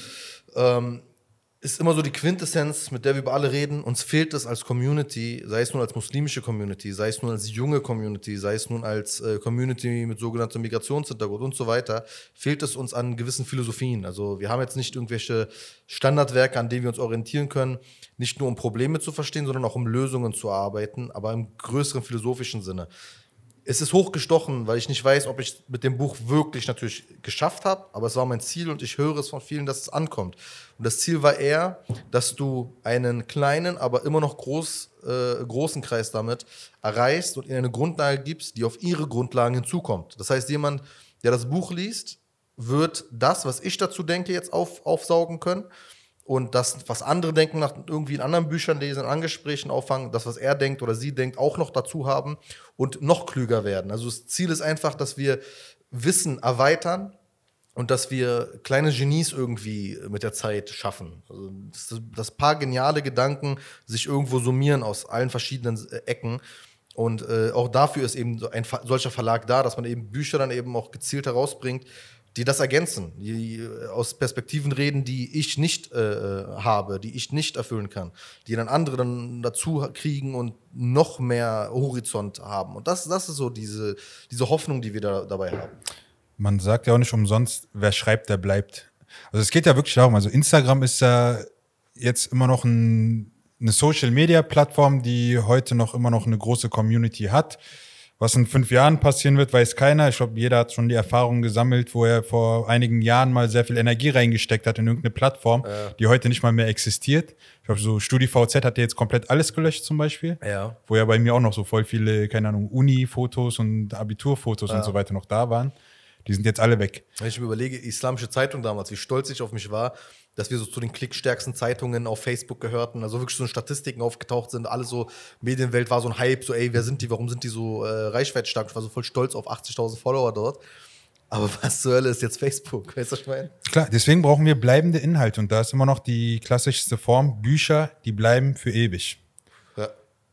ähm, ist immer so die Quintessenz, mit der wir über alle reden. Uns fehlt es als Community, sei es nun als muslimische Community, sei es nun als junge Community, sei es nun als äh, Community mit sogenanntem Migrationshintergrund und so weiter, fehlt es uns an gewissen Philosophien. Also wir haben jetzt nicht irgendwelche Standardwerke, an denen wir uns orientieren können, nicht nur um Probleme zu verstehen, sondern auch um Lösungen zu erarbeiten, aber im größeren philosophischen Sinne. Es ist hochgestochen, weil ich nicht weiß, ob ich mit dem Buch wirklich natürlich geschafft habe, aber es war mein Ziel und ich höre es von vielen, dass es ankommt. Und das Ziel war eher, dass du einen kleinen, aber immer noch groß, äh, großen Kreis damit erreichst und ihnen eine Grundlage gibst, die auf ihre Grundlagen hinzukommt. Das heißt, jemand, der das Buch liest, wird das, was ich dazu denke, jetzt auf, aufsaugen können. Und das, was andere denken, nach irgendwie in anderen Büchern lesen, in anderen Gesprächen auffangen, das, was er denkt oder sie denkt, auch noch dazu haben und noch klüger werden. Also das Ziel ist einfach, dass wir Wissen erweitern und dass wir kleine Genies irgendwie mit der Zeit schaffen. Also dass, dass paar geniale Gedanken sich irgendwo summieren aus allen verschiedenen Ecken. Und äh, auch dafür ist eben so ein solcher Verlag da, dass man eben Bücher dann eben auch gezielt herausbringt, die das ergänzen, die aus Perspektiven reden, die ich nicht äh, habe, die ich nicht erfüllen kann, die dann andere dann dazu kriegen und noch mehr Horizont haben. Und das, das ist so diese, diese Hoffnung, die wir da, dabei haben. Man sagt ja auch nicht umsonst, wer schreibt, der bleibt. Also es geht ja wirklich darum, also Instagram ist ja jetzt immer noch ein, eine Social-Media-Plattform, die heute noch immer noch eine große Community hat. Was in fünf Jahren passieren wird, weiß keiner. Ich glaube, jeder hat schon die Erfahrung gesammelt, wo er vor einigen Jahren mal sehr viel Energie reingesteckt hat in irgendeine Plattform, Ja. die heute nicht mal mehr existiert. Ich glaube, so StudiVZ hat ja jetzt komplett alles gelöscht zum Beispiel. Ja. Wo ja bei mir auch noch so voll viele, keine Ahnung, Uni-Fotos und Abiturfotos Ja. und so weiter noch da waren. Die sind jetzt alle weg. Wenn ich mir überlege, Islamische Zeitung damals, wie stolz ich auf mich war, dass wir so zu den klickstärksten Zeitungen auf Facebook gehörten, also wirklich so Statistiken aufgetaucht sind, alles so, Medienwelt war so ein Hype, so ey, wer sind die, warum sind die so äh, reichweitsstark? Ich war so voll stolz auf achtzigtausend Follower dort. Aber was zur Hölle ist jetzt Facebook? Weißt du, was ich meine? Klar, deswegen brauchen wir bleibende Inhalte. Und da ist immer noch die klassischste Form, Bücher, die bleiben für ewig. Ja.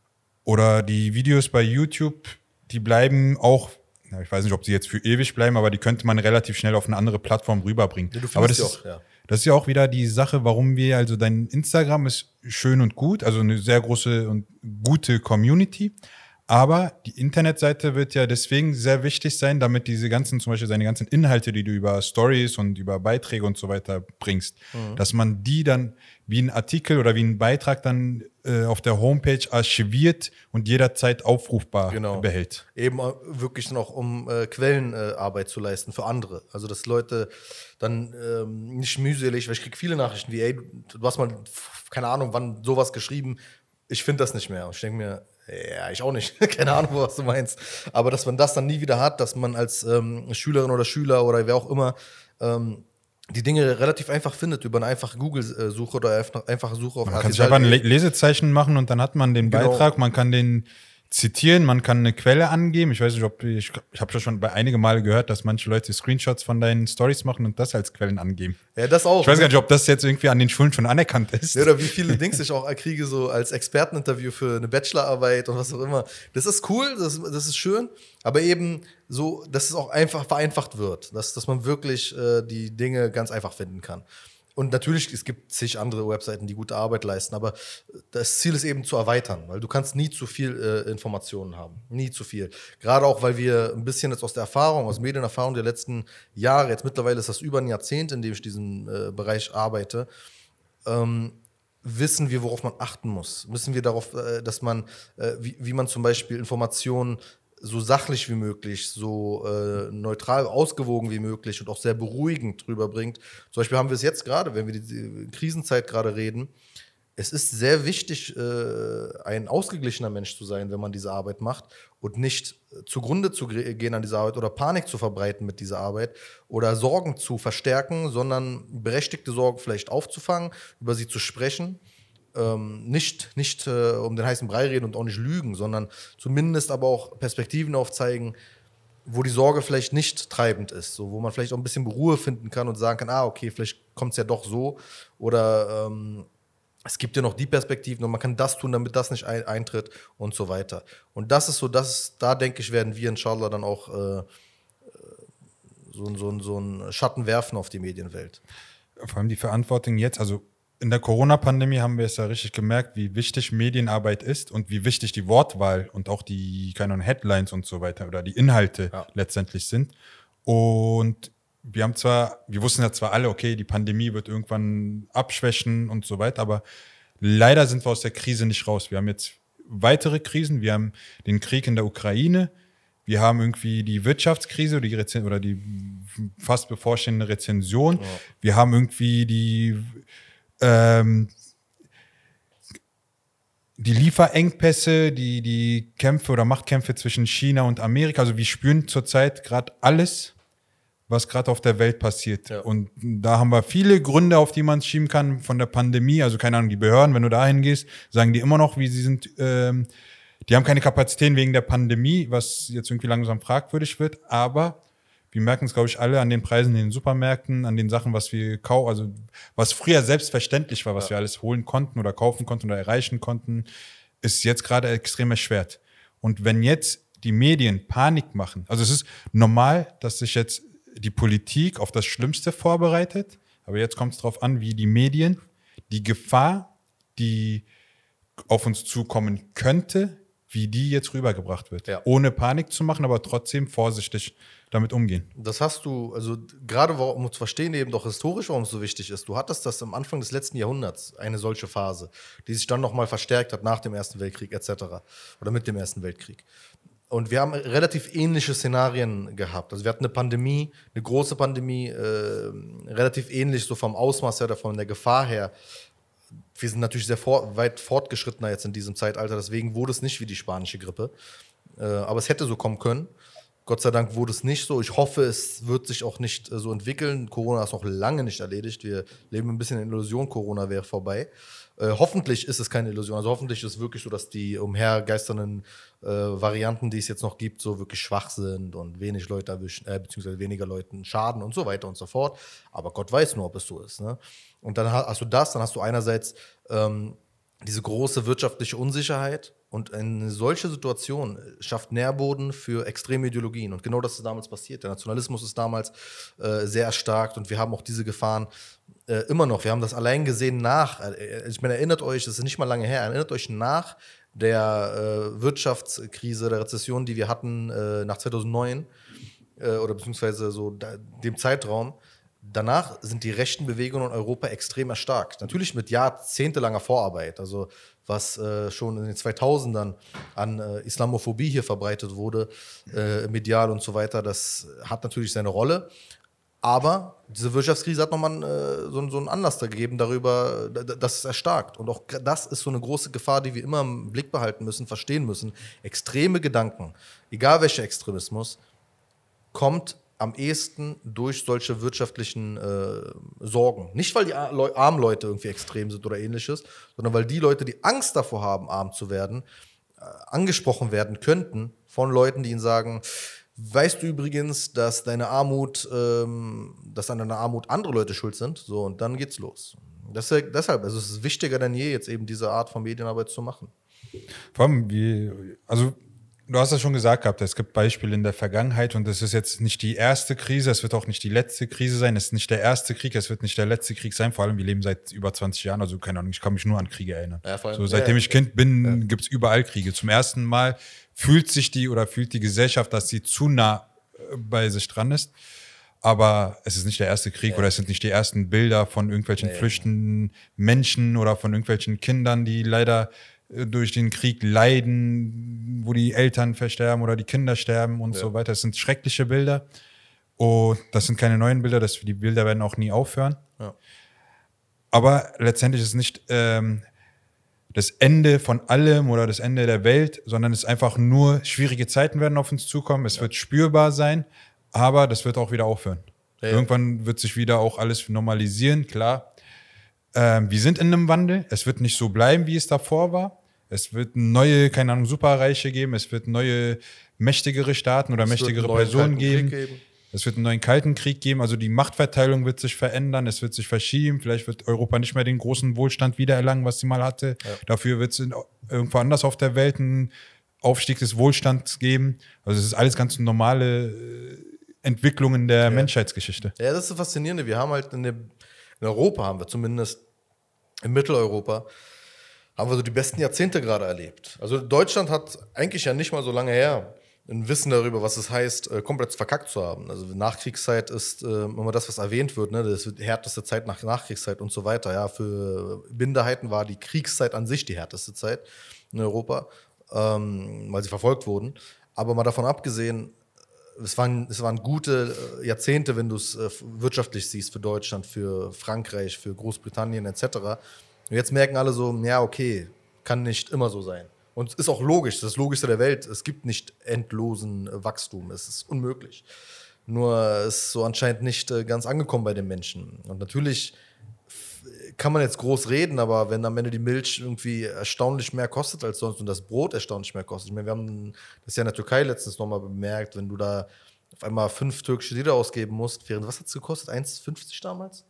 Oder die Videos bei YouTube, die bleiben auch, ja, ich weiß nicht, ob sie jetzt für ewig bleiben, aber die könnte man relativ schnell auf eine andere Plattform rüberbringen. Ja, du findest aber das die ist, auch, ja. das ist ja auch wieder die Sache, warum wir, also dein Instagram ist schön und gut, also eine sehr große und gute Community, Aber die Internetseite wird ja deswegen sehr wichtig sein, damit diese ganzen, zum Beispiel seine ganzen Inhalte, die du über Stories und über Beiträge und so weiter bringst, mhm. dass man die dann wie ein Artikel oder wie ein Beitrag dann äh, auf der Homepage archiviert und jederzeit aufrufbar genau. behält. Eben wirklich noch, um äh, Quellenarbeit äh, zu leisten für andere. Also, dass Leute dann ähm, nicht mühselig, weil ich kriege viele Nachrichten wie, ey, du hast mal, keine Ahnung, wann sowas geschrieben, ich finde das nicht mehr. Und ich denke mir, ja, ich auch nicht. Keine Ahnung, was du meinst. Aber dass man das dann nie wieder hat, dass man als ähm, Schülerin oder Schüler oder wer auch immer ähm, die Dinge relativ einfach findet über eine einfache Google-Suche oder einfache Suche auf Man kann sich einfach ein Lesezeichen machen und dann hat man den Genau. Beitrag, man kann den zitieren, man kann eine Quelle angeben. Ich weiß nicht, ob ich, ich habe schon bei einige Male gehört, dass manche Leute Screenshots von deinen Stories machen und das als Quellen angeben. Ja, das auch. Ich weiß gar nicht, ob das jetzt irgendwie an den Schulen schon anerkannt ist. Ja, oder wie viele Dings ich auch kriege, so als Experteninterview für eine Bachelorarbeit und was auch immer. Das ist cool, das, das ist schön, aber eben so, dass es auch einfach vereinfacht wird, dass, dass man wirklich äh, die Dinge ganz einfach finden kann. Und natürlich, es gibt zig andere Webseiten, die gute Arbeit leisten, aber das Ziel ist eben zu erweitern, weil du kannst nie zu viel äh, Informationen haben, nie zu viel. Gerade auch, weil wir ein bisschen jetzt aus der Erfahrung, aus Medienerfahrung der letzten Jahre, jetzt mittlerweile ist das über ein Jahrzehnt, in dem ich diesen äh, Bereich arbeite, ähm, wissen wir, worauf man achten muss. Wissen wir darauf, äh, dass man, äh, wie, wie man zum Beispiel Informationen so sachlich wie möglich, so äh, neutral, ausgewogen wie möglich und auch sehr beruhigend drüber bringt. Zum Beispiel haben wir es jetzt gerade, wenn wir die, die Krisenzeit gerade reden, es ist sehr wichtig, äh, ein ausgeglichener Mensch zu sein, wenn man diese Arbeit macht und nicht zugrunde zu gehen an dieser Arbeit oder Panik zu verbreiten mit dieser Arbeit oder Sorgen zu verstärken, sondern berechtigte Sorgen vielleicht aufzufangen, über sie zu sprechen. Ähm, nicht nicht äh, um den heißen Brei reden und auch nicht lügen, sondern zumindest aber auch Perspektiven aufzeigen, wo die Sorge vielleicht nicht treibend ist, so, wo man vielleicht auch ein bisschen Ruhe finden kann und sagen kann, ah, okay, vielleicht kommt es ja doch so oder ähm, es gibt ja noch die Perspektiven und man kann das tun, damit das nicht ein, eintritt und so weiter. Und das ist so, das, da denke ich, werden wir inshallah dann auch äh, so, so, so einen Schatten werfen auf die Medienwelt. Vor allem die Verantwortung jetzt, also in der Corona-Pandemie haben wir es ja richtig gemerkt, wie wichtig Medienarbeit ist und wie wichtig die Wortwahl und auch die, keine Ahnung, Headlines und so weiter oder die Inhalte ja. letztendlich sind. Und wir haben zwar, wir wussten ja zwar alle, okay, die Pandemie wird irgendwann abschwächen und so weiter, aber leider sind wir aus der Krise nicht raus. Wir haben jetzt weitere Krisen, wir haben den Krieg in der Ukraine, wir haben irgendwie die Wirtschaftskrise oder die, Rezen- oder die fast bevorstehende Rezension, ja. wir haben irgendwie die Ähm, die Lieferengpässe, die, die Kämpfe oder Machtkämpfe zwischen China und Amerika. Also wir spüren zurzeit gerade alles, was gerade auf der Welt passiert. Ja. Und da haben wir viele Gründe, auf die man es schieben kann von der Pandemie. Also keine Ahnung, die Behörden, wenn du da hingehst, sagen die immer noch, wie sie sind, ähm, die haben keine Kapazitäten wegen der Pandemie, was jetzt irgendwie langsam fragwürdig wird. Aber wir merken es, glaube ich, alle an den Preisen in den Supermärkten, an den Sachen, was wir kaufen, also was früher selbstverständlich war, was ja. wir alles holen konnten oder kaufen konnten oder erreichen konnten, ist jetzt gerade extrem erschwert. Und wenn jetzt die Medien Panik machen, also es ist normal, dass sich jetzt die Politik auf das Schlimmste vorbereitet, aber jetzt kommt es darauf an, wie die Medien die Gefahr, die auf uns zukommen könnte, wie die jetzt rübergebracht wird. Ja. Ohne Panik zu machen, aber trotzdem vorsichtig damit umgehen. Das hast du, also gerade um zu verstehen, eben doch historisch, warum es so wichtig ist. Du hattest das am Anfang des letzten Jahrhunderts, eine solche Phase, die sich dann nochmal verstärkt hat nach dem Ersten Weltkrieg et cetera. Oder mit dem Ersten Weltkrieg. Und wir haben relativ ähnliche Szenarien gehabt. Also wir hatten eine Pandemie, eine große Pandemie, äh, relativ ähnlich so vom Ausmaß her oder von der Gefahr her. Wir sind natürlich sehr vor, weit fortgeschrittener jetzt in diesem Zeitalter, deswegen wurde es nicht wie die spanische Grippe. Äh, aber es hätte so kommen können. Gott sei Dank wurde es nicht so. Ich hoffe, es wird sich auch nicht äh, so entwickeln. Corona ist noch lange nicht erledigt. Wir leben ein bisschen in Illusion, Corona wäre vorbei. Äh, hoffentlich ist es keine Illusion. Also hoffentlich ist es wirklich so, dass die umhergeisternden äh, Varianten, die es jetzt noch gibt, so wirklich schwach sind und wenig Leute erwischen, äh, beziehungsweise weniger Leuten schaden und so weiter und so fort. Aber Gott weiß nur, ob es so ist. Ne? Und dann hast du das, dann hast du einerseits ähm, diese große wirtschaftliche Unsicherheit. Und eine solche Situation schafft Nährboden für extreme Ideologien. Und genau das ist damals passiert. Der Nationalismus ist damals äh, sehr erstarkt und wir haben auch diese Gefahren äh, immer noch. Wir haben das allein gesehen nach, äh, ich meine, erinnert euch, das ist nicht mal lange her, erinnert euch nach der äh, Wirtschaftskrise, der Rezession, die wir hatten äh, nach zweitausendneun äh, oder beziehungsweise so da, dem Zeitraum, danach sind die rechten Bewegungen in Europa extrem erstarkt. Natürlich mit jahrzehntelanger Vorarbeit. Also was äh, schon in den zweitausendern an äh, Islamophobie hier verbreitet wurde, äh, medial und so weiter, das hat natürlich seine Rolle. Aber diese Wirtschaftskrise hat nochmal äh, so, so einen Anlass da gegeben darüber, dass es erstarkt. Und auch das ist so eine große Gefahr, die wir immer im Blick behalten müssen, verstehen müssen. Extreme Gedanken, egal welcher Extremismus, kommt am ehesten durch solche wirtschaftlichen äh, Sorgen. Nicht, weil die armen Leute irgendwie extrem sind oder ähnliches, sondern weil die Leute, die Angst davor haben, arm zu werden, äh, angesprochen werden könnten von Leuten, die ihnen sagen, weißt du übrigens, dass deine Armut, ähm, dass an deiner Armut andere Leute schuld sind? So, und dann geht's los. Das ist, deshalb, also es ist wichtiger denn je, jetzt eben diese Art von Medienarbeit zu machen. Vor allem, wie, also du hast das schon gesagt gehabt, es gibt Beispiele in der Vergangenheit und es ist jetzt nicht die erste Krise, es wird auch nicht die letzte Krise sein, es ist nicht der erste Krieg, es wird nicht der letzte Krieg sein, vor allem wir leben seit über zwanzig Jahren, also keine Ahnung, ich kann mich nur an Kriege erinnern. Ja, vor allem, so, seitdem ja, ich Kind bin, ja. gibt es überall Kriege. Zum ersten Mal fühlt sich die oder fühlt die Gesellschaft, dass sie zu nah bei sich dran ist. Aber es ist nicht der erste Krieg ja. oder es sind nicht die ersten Bilder von irgendwelchen nee, flüchtenden Menschen oder von irgendwelchen Kindern, die leider durch den Krieg leiden, wo die Eltern versterben oder die Kinder sterben und ja. so weiter. Das sind schreckliche Bilder. Und das sind keine neuen Bilder, das, die Bilder werden auch nie aufhören. Ja. Aber letztendlich ist es nicht ähm, das Ende von allem oder das Ende der Welt, sondern es ist einfach nur, schwierige Zeiten werden auf uns zukommen. Es ja. wird spürbar sein, aber das wird auch wieder aufhören. Ja, ja. Irgendwann wird sich wieder auch alles normalisieren, klar. Ähm, wir sind in einem Wandel. Es wird nicht so bleiben, wie es davor war. Es wird neue, keine Ahnung, Superreiche geben. Es wird neue, mächtigere Staaten oder es mächtigere Personen geben. geben. Es wird einen neuen Kalten Krieg geben. Also die Machtverteilung wird sich verändern. Es wird sich verschieben. Vielleicht wird Europa nicht mehr den großen Wohlstand wiedererlangen, was sie mal hatte. Ja. Dafür wird es irgendwo anders auf der Welt einen Aufstieg des Wohlstands geben. Also es ist alles ganz normale Entwicklungen der ja. Menschheitsgeschichte. Ja, das ist das Faszinierende. Wir haben halt in, der, in Europa, haben wir zumindest in Mitteleuropa, haben wir so die besten Jahrzehnte gerade erlebt. Also Deutschland hat eigentlich ja nicht mal so lange her ein Wissen darüber, was es heißt, äh, komplett verkackt zu haben. Also Nachkriegszeit ist äh, immer das, was erwähnt wird, ne? Das ist die härteste Zeit nach Nachkriegszeit und so weiter. Ja, für Minderheiten war die Kriegszeit an sich die härteste Zeit in Europa, ähm, weil sie verfolgt wurden. Aber mal davon abgesehen, es waren, es waren gute Jahrzehnte, wenn du es äh, wirtschaftlich siehst, für Deutschland, für Frankreich, für Großbritannien et cetera. Und jetzt merken alle so, ja, okay, kann nicht immer so sein. Und es ist auch logisch, das ist das Logischste der Welt. Es gibt nicht endlosen Wachstum, es ist unmöglich. Nur es ist so anscheinend nicht äh, ganz angekommen bei den Menschen. Und natürlich kann man jetzt groß reden, aber wenn am Ende die Milch irgendwie erstaunlich mehr kostet als sonst und das Brot erstaunlich mehr kostet. Ich meine, wir haben das ja in der Türkei letztens nochmal bemerkt, wenn du da auf einmal fünf türkische Lira ausgeben musst, während, was hat es gekostet? eins fünfzig damals?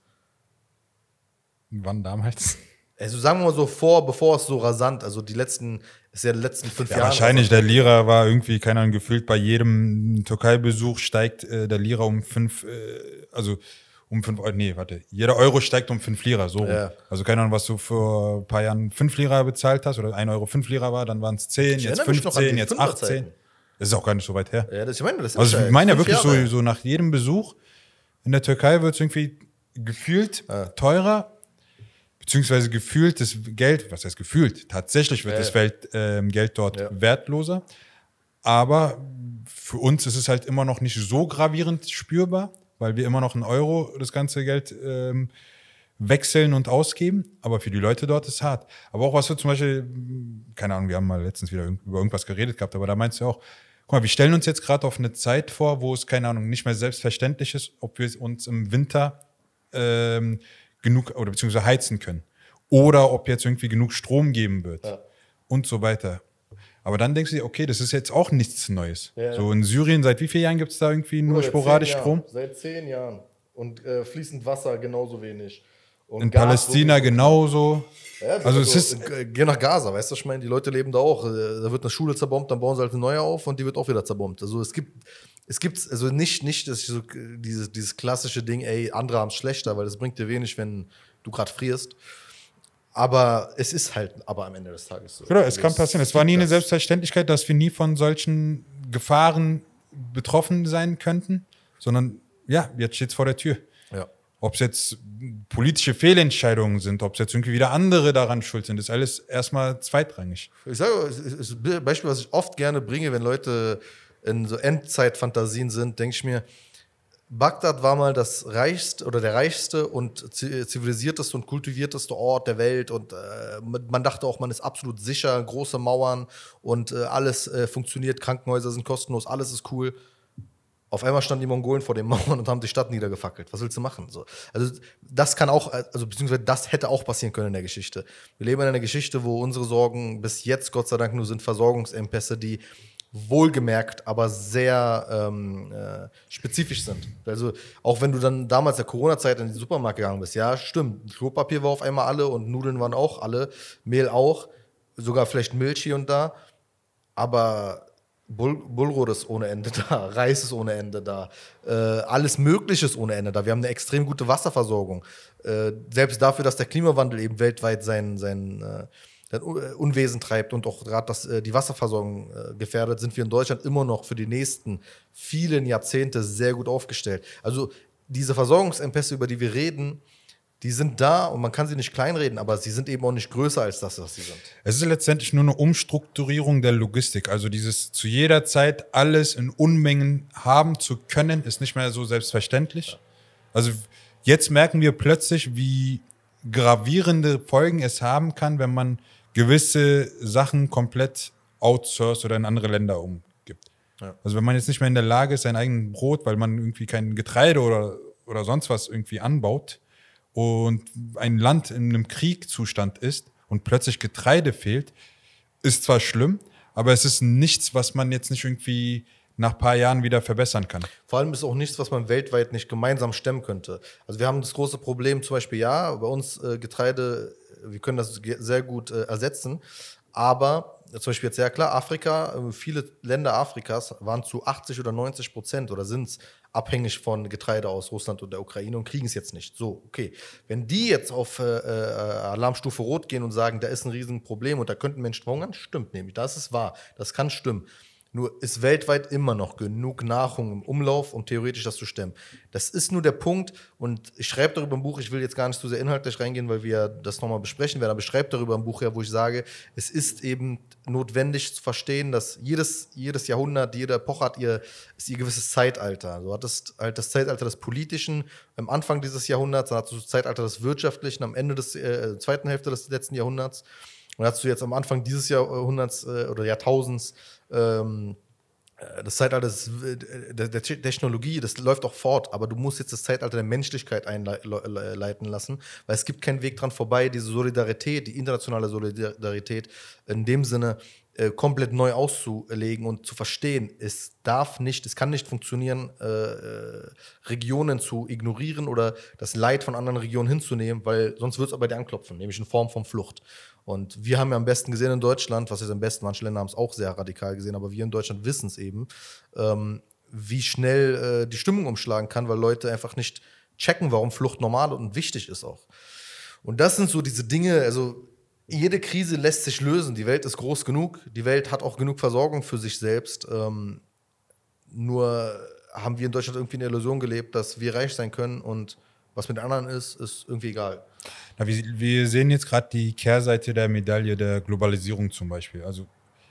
Wann damals? Also sagen wir mal so vor, bevor es so rasant, also die letzten, ist ja die letzten fünf ja, Jahre. Wahrscheinlich, der Lira war irgendwie, keine Ahnung, gefühlt bei jedem Türkei-Besuch steigt äh, der Lira um fünf, äh, also um fünf Euro, nee, warte, jeder Euro steigt um fünf Lira, so. Ja. Also keine Ahnung, was du vor ein paar Jahren fünf Lira bezahlt hast oder ein Euro fünf Lira war, dann waren es zehn, ich jetzt fünfzehn, jetzt achtzehn. Das ist auch gar nicht so weit her. Ja, das, ich meine, das ist also ich meine ja wirklich so, so nach jedem Besuch in der Türkei wird es irgendwie gefühlt ja. teurer. Beziehungsweise gefühlt das Geld, was heißt gefühlt? Tatsächlich wird ja, das Welt, äh, Geld dort ja. wertloser. Aber für uns ist es halt immer noch nicht so gravierend spürbar, weil wir immer noch in Euro das ganze Geld ähm, wechseln und ausgeben. Aber für die Leute dort ist es hart. Aber auch was wir zum Beispiel, keine Ahnung, wir haben mal letztens wieder über irgendwas geredet gehabt, aber da meinst du auch, guck mal, wir stellen uns jetzt gerade auf eine Zeit vor, wo es, keine Ahnung, nicht mehr selbstverständlich ist, ob wir uns im Winter ähm, genug oder beziehungsweise heizen können. Oder ob jetzt irgendwie genug Strom geben wird. Ja. Und so weiter. Aber dann denkst du dir, okay, das ist jetzt auch nichts Neues. Ja. So in Syrien, seit wie vielen Jahren gibt es da irgendwie nur sporadisch Strom? Seit zehn Jahren. Und äh, fließend Wasser genauso wenig. Und in Gas, Palästina genauso. Ja, also es ist geh nach Gaza, weißt du, ich meine, die Leute leben da auch. Da wird eine Schule zerbombt, dann bauen sie halt eine neue auf und die wird auch wieder zerbombt. Also es gibt Es gibt also nicht, nicht das so, dieses, dieses klassische Ding, ey, andere haben es schlechter, weil das bringt dir wenig, wenn du gerade frierst. Aber es ist halt aber am Ende des Tages so. Genau, es kann Also passieren. Es war nie eine das- Selbstverständlichkeit, dass wir nie von solchen Gefahren betroffen sein könnten, sondern ja, jetzt steht es vor der Tür. Ja. Ob es jetzt politische Fehlentscheidungen sind, ob es jetzt irgendwie wieder andere daran schuld sind, ist alles erstmal zweitrangig. Ich sage, es ist ein Beispiel, was ich oft gerne bringe, wenn Leute in so Endzeitfantasien sind, denke ich mir, Bagdad war mal das reichste oder der reichste und zivilisierteste und kultivierteste Ort der Welt und äh, man dachte auch, man ist absolut sicher, große Mauern und äh, alles äh, funktioniert, Krankenhäuser sind kostenlos, alles ist cool. Auf einmal standen die Mongolen vor den Mauern und haben die Stadt niedergefackelt. Was willst du machen? So. Also das kann auch, also beziehungsweise das hätte auch passieren können in der Geschichte. Wir leben in einer Geschichte, wo unsere Sorgen bis jetzt Gott sei Dank nur sind Versorgungsengpässe, die wohlgemerkt, aber sehr ähm, äh, spezifisch sind. Also auch wenn du dann damals in der Corona-Zeit in den Supermarkt gegangen bist, ja, stimmt, Klopapier war auf einmal alle und Nudeln waren auch alle, Mehl auch, sogar vielleicht Milch hier und da, aber Bull Bullrot ist ohne Ende da, Reis ist ohne Ende da, äh, alles Mögliche ist ohne Ende da. Wir haben eine extrem gute Wasserversorgung. Äh, selbst dafür, dass der Klimawandel eben weltweit sein, sein äh, Unwesen treibt und auch gerade dass äh, die Wasserversorgung äh, gefährdet, sind wir in Deutschland immer noch für die nächsten vielen Jahrzehnte sehr gut aufgestellt. Also diese Versorgungsengpässe, über die wir reden, die sind da und man kann sie nicht kleinreden, aber sie sind eben auch nicht größer als das, was sie sind. Es ist letztendlich nur eine Umstrukturierung der Logistik. Also dieses zu jeder Zeit alles in Unmengen haben zu können, ist nicht mehr so selbstverständlich. Ja. Also jetzt merken wir plötzlich, wie gravierende Folgen es haben kann, wenn man gewisse Sachen komplett outsourced oder in andere Länder umgibt. Ja. Also wenn man jetzt nicht mehr in der Lage ist, sein eigenes Brot, weil man irgendwie kein Getreide oder, oder sonst was irgendwie anbaut und ein Land in einem Kriegszustand ist und plötzlich Getreide fehlt, ist zwar schlimm, aber es ist nichts, was man jetzt nicht irgendwie nach ein paar Jahren wieder verbessern kann. Vor allem ist es auch nichts, was man weltweit nicht gemeinsam stemmen könnte. Also wir haben das große Problem zum Beispiel, ja, bei uns äh, Getreide, wir können das sehr gut äh, ersetzen, aber zum Beispiel jetzt, ja klar, Afrika, äh, viele Länder Afrikas waren zu achtzig oder neunzig Prozent oder sind es abhängig von Getreide aus Russland und der Ukraine und kriegen es jetzt nicht. So, okay. Wenn die jetzt auf äh, äh, Alarmstufe Rot gehen und sagen, da ist ein Riesenproblem und da könnten Menschen verhungern, stimmt nämlich, das ist wahr, das kann stimmen. Nur ist weltweit immer noch genug Nahrung im Umlauf, um theoretisch das zu stemmen. Das ist nur der Punkt und ich schreibe darüber im Buch, ich will jetzt gar nicht zu sehr inhaltlich reingehen, weil wir das nochmal besprechen werden, aber ich schreibe darüber im Buch, ja, wo ich sage, es ist eben notwendig zu verstehen, dass jedes, jedes Jahrhundert, jede Epoche hat ihr, ist ihr gewisses Zeitalter. Du hattest halt das Zeitalter des Politischen am Anfang dieses Jahrhunderts, dann hattest du das Zeitalter des Wirtschaftlichen am Ende des äh, zweiten Hälfte des letzten Jahrhunderts. Und hast du jetzt am Anfang dieses Jahrhunderts äh, oder Jahrtausends ähm, das Zeitalter des, der, der Technologie, das läuft auch fort, aber du musst jetzt das Zeitalter der Menschlichkeit einleiten lassen, weil es gibt keinen Weg dran vorbei, diese Solidarität, die internationale Solidarität in dem Sinne äh, komplett neu auszulegen und zu verstehen. Es darf nicht, es kann nicht funktionieren, äh, Regionen zu ignorieren oder das Leid von anderen Regionen hinzunehmen, weil sonst wird es aber dir anklopfen, nämlich in Form von Flucht. Und wir haben ja am besten gesehen in Deutschland, was ist am besten, manche Länder haben es auch sehr radikal gesehen, aber wir in Deutschland wissen es eben, ähm, wie schnell äh, die Stimmung umschlagen kann, weil Leute einfach nicht checken, warum Flucht normal und wichtig ist auch. Und das sind so diese Dinge, also jede Krise lässt sich lösen, die Welt ist groß genug, die Welt hat auch genug Versorgung für sich selbst, ähm, nur haben wir in Deutschland irgendwie in der Illusion gelebt, dass wir reich sein können und was mit den anderen ist, ist irgendwie egal. Na, wir, wir sehen jetzt gerade die Kehrseite der Medaille der Globalisierung zum Beispiel. Also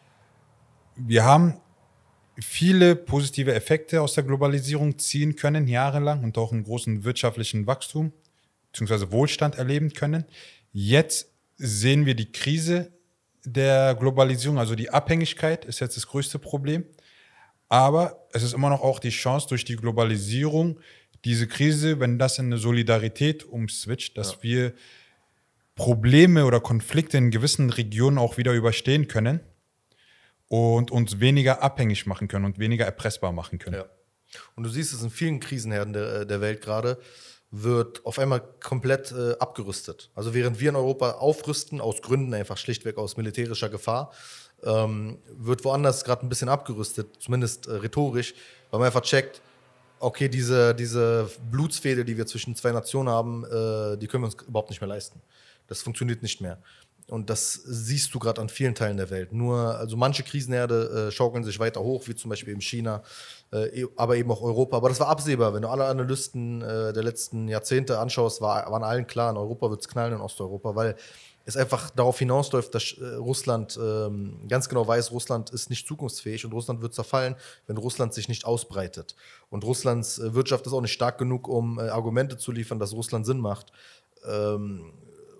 wir haben viele positive Effekte aus der Globalisierung ziehen können, jahrelang, und auch einen großen wirtschaftlichen Wachstum bzw. Wohlstand erleben können. Jetzt sehen wir die Krise der Globalisierung, also die Abhängigkeit ist jetzt das größte Problem. Aber es ist immer noch auch die Chance durch die Globalisierung, diese Krise, wenn das in eine Solidarität umswitcht, dass ja. wir Probleme oder Konflikte in gewissen Regionen auch wieder überstehen können und uns weniger abhängig machen können und weniger erpressbar machen können. Ja. Und du siehst es in vielen Krisenherden der, der Welt gerade, wird auf einmal komplett äh, abgerüstet. Also während wir in Europa aufrüsten, aus Gründen einfach schlichtweg aus militärischer Gefahr, ähm, wird woanders gerade ein bisschen abgerüstet, zumindest äh, rhetorisch, weil man einfach checkt, okay, diese, diese Blutsfehde, die wir zwischen zwei Nationen haben, äh, die können wir uns überhaupt nicht mehr leisten. Das funktioniert nicht mehr. Und das siehst du gerade an vielen Teilen der Welt. Nur, also manche Krisenherde äh, schaukeln sich weiter hoch, wie zum Beispiel eben China, äh, aber eben auch Europa. Aber das war absehbar. Wenn du alle Analysten äh, der letzten Jahrzehnte anschaust, war, waren allen klar, in Europa wird es knallen, in Osteuropa, weil es einfach darauf hinausläuft, dass äh, Russland ähm, ganz genau weiß, Russland ist nicht zukunftsfähig und Russland wird zerfallen, wenn Russland sich nicht ausbreitet. Und Russlands äh, Wirtschaft ist auch nicht stark genug, um äh, Argumente zu liefern, dass Russland Sinn macht. Ähm,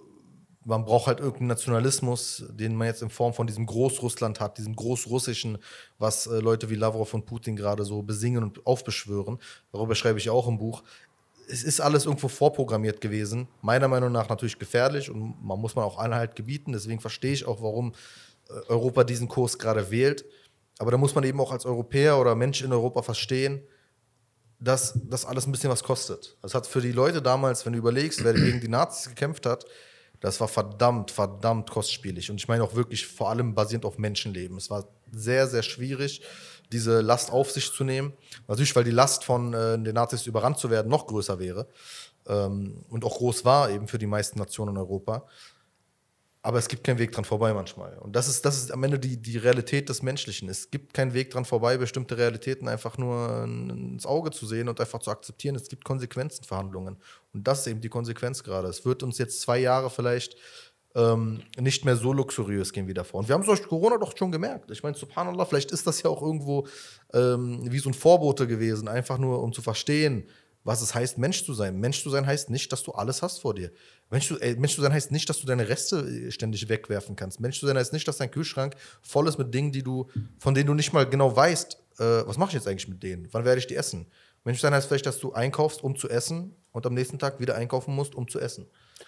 Man braucht halt irgendeinen Nationalismus, den man jetzt in Form von diesem Großrussland hat, diesem Großrussischen, was äh, Leute wie Lavrov und Putin gerade so besingen und aufbeschwören. Darüber schreibe ich auch im Buch. Es ist alles irgendwo vorprogrammiert gewesen. Meiner Meinung nach natürlich gefährlich und man muss man auch Einhalt gebieten. Deswegen verstehe ich auch, warum äh, Europa diesen Kurs gerade wählt. Aber da muss man eben auch als Europäer oder Mensch in Europa verstehen, dass das alles ein bisschen was kostet. Das hat für die Leute damals, wenn du überlegst, wer gegen die Nazis gekämpft hat, das war verdammt, verdammt kostspielig. Und ich meine auch wirklich vor allem basierend auf Menschenleben. Es war sehr, sehr schwierig, diese Last auf sich zu nehmen. Natürlich, weil die Last von äh, den Nazis überrannt zu werden noch größer wäre. Ähm, und auch groß war eben für die meisten Nationen in Europa. Aber es gibt keinen Weg dran vorbei manchmal. Und das ist, das ist am Ende die, die Realität des Menschlichen. Es gibt keinen Weg dran vorbei, bestimmte Realitäten einfach nur ins Auge zu sehen und einfach zu akzeptieren. Es gibt Konsequenzen für Handlungen. Und das ist eben die Konsequenz gerade. Es wird uns jetzt zwei Jahre vielleicht ähm, nicht mehr so luxuriös gehen wie davor. Und wir haben es durch Corona doch schon gemerkt. Ich meine, subhanallah, vielleicht ist das ja auch irgendwo ähm, wie so ein Vorbote gewesen, einfach nur um zu verstehen, was es heißt, Mensch zu sein. Mensch zu sein heißt nicht, dass du alles hast vor dir. Mensch zu, ey, Mensch zu sein heißt nicht, dass du deine Reste ständig wegwerfen kannst. Mensch zu sein heißt nicht, dass dein Kühlschrank voll ist mit Dingen, die du, von denen du nicht mal genau weißt, äh, was mache ich jetzt eigentlich mit denen? Wann werde ich die essen? Mensch zu sein heißt vielleicht, dass du einkaufst, um zu essen und am nächsten Tag wieder einkaufen musst, um zu essen.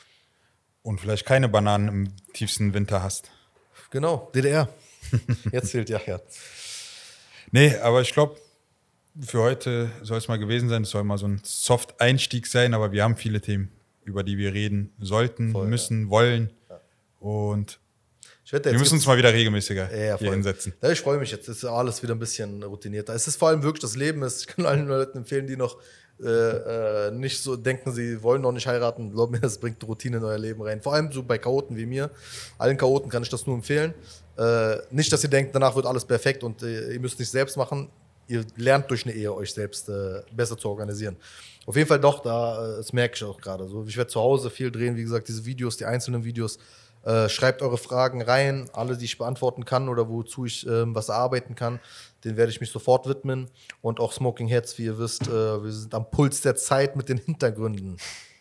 Und vielleicht keine Bananen im tiefsten Winter hast. Genau, D D R. Jetzt zählt ja, ja. Nee, aber ich glaube, für heute soll es mal gewesen sein. Es soll mal so ein Soft-Einstieg sein, aber wir haben viele Themen, über die wir reden sollten, voll, müssen, ja. wollen. Ja. Und ich wette, wir müssen uns mal wieder regelmäßiger ja, ja, hier hinsetzen. Ja, ich freue mich jetzt. Es ist alles wieder ein bisschen routinierter. Es ist vor allem wirklich das Leben. Ich kann allen Leuten empfehlen, die noch äh, äh, nicht so denken, sie wollen noch nicht heiraten. Glaub mir, das bringt Routine in euer Leben rein. Vor allem so bei Chaoten wie mir. Allen Chaoten kann ich das nur empfehlen. Äh, nicht, dass ihr denkt, danach wird alles perfekt und äh, ihr müsst nicht selbst machen. Ihr lernt durch eine Ehe, euch selbst äh, besser zu organisieren. Auf jeden Fall doch, da, äh, das merke ich auch gerade. So, ich werde zu Hause viel drehen, wie gesagt, diese Videos, die einzelnen Videos. Äh, schreibt eure Fragen rein, alle, die ich beantworten kann oder wozu ich äh, was erarbeiten kann, den werde ich mich sofort widmen. Und auch Smoking Heads, wie ihr wisst, äh, wir sind am Puls der Zeit mit den Hintergründen.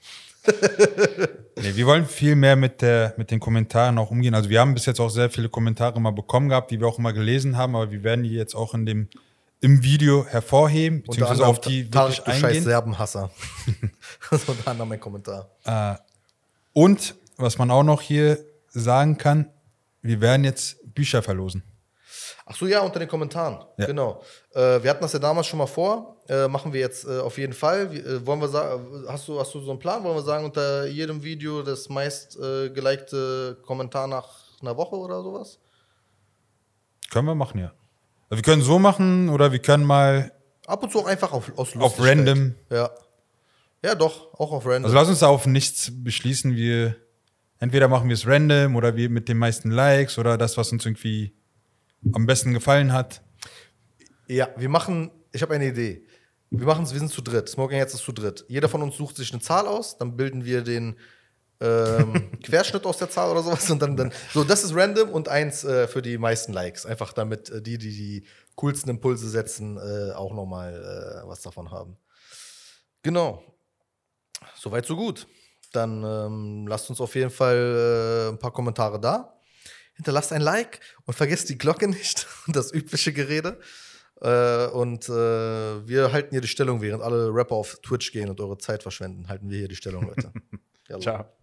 Nee, wir wollen viel mehr mit, der, mit den Kommentaren auch umgehen. Also wir haben bis jetzt auch sehr viele Kommentare mal bekommen gehabt, die wir auch immer gelesen haben, aber wir werden die jetzt auch in dem im Video hervorheben, beziehungsweise auf die wirklich eingehen. Scheiß Serbenhasser. Das ist unter anderem mein Kommentar. Äh, und was man auch noch hier sagen kann, wir werden jetzt Bücher verlosen. Ach so, ja, unter den Kommentaren. Ja. Genau. Äh, wir hatten das ja damals schon mal vor. Äh, machen wir jetzt äh, auf jeden Fall. Wie, äh, wollen wir sagen, hast du, hast du so einen Plan? Wollen wir sagen, unter jedem Video das meist äh, gelikte Kommentar nach einer Woche oder sowas? Können wir machen, ja. Also wir können so machen oder wir können mal ab und zu auch einfach auf, aus auf random. Ja. Ja, doch, auch auf random. Also lass uns da auf nichts beschließen. Wir entweder machen wir es random oder wir mit den meisten Likes oder das, was uns irgendwie am besten gefallen hat. Ja, wir machen, ich habe eine Idee. Wir machen es, wir sind zu dritt. Smoking Heads ist zu dritt. Jeder von uns sucht sich eine Zahl aus, dann bilden wir den ähm, Querschnitt aus der Zahl oder sowas und dann, dann so, das ist random und eins äh, für die meisten Likes. Einfach damit äh, die, die die coolsten Impulse setzen, äh, auch nochmal äh, was davon haben. Genau. Soweit, so gut. Dann ähm, lasst uns auf jeden Fall äh, ein paar Kommentare da. Hinterlasst ein Like und vergesst die Glocke nicht und das übliche Gerede. Äh, und äh, wir halten hier die Stellung, während alle Rapper auf Twitch gehen und eure Zeit verschwenden. Halten wir hier die Stellung, Leute. Ciao.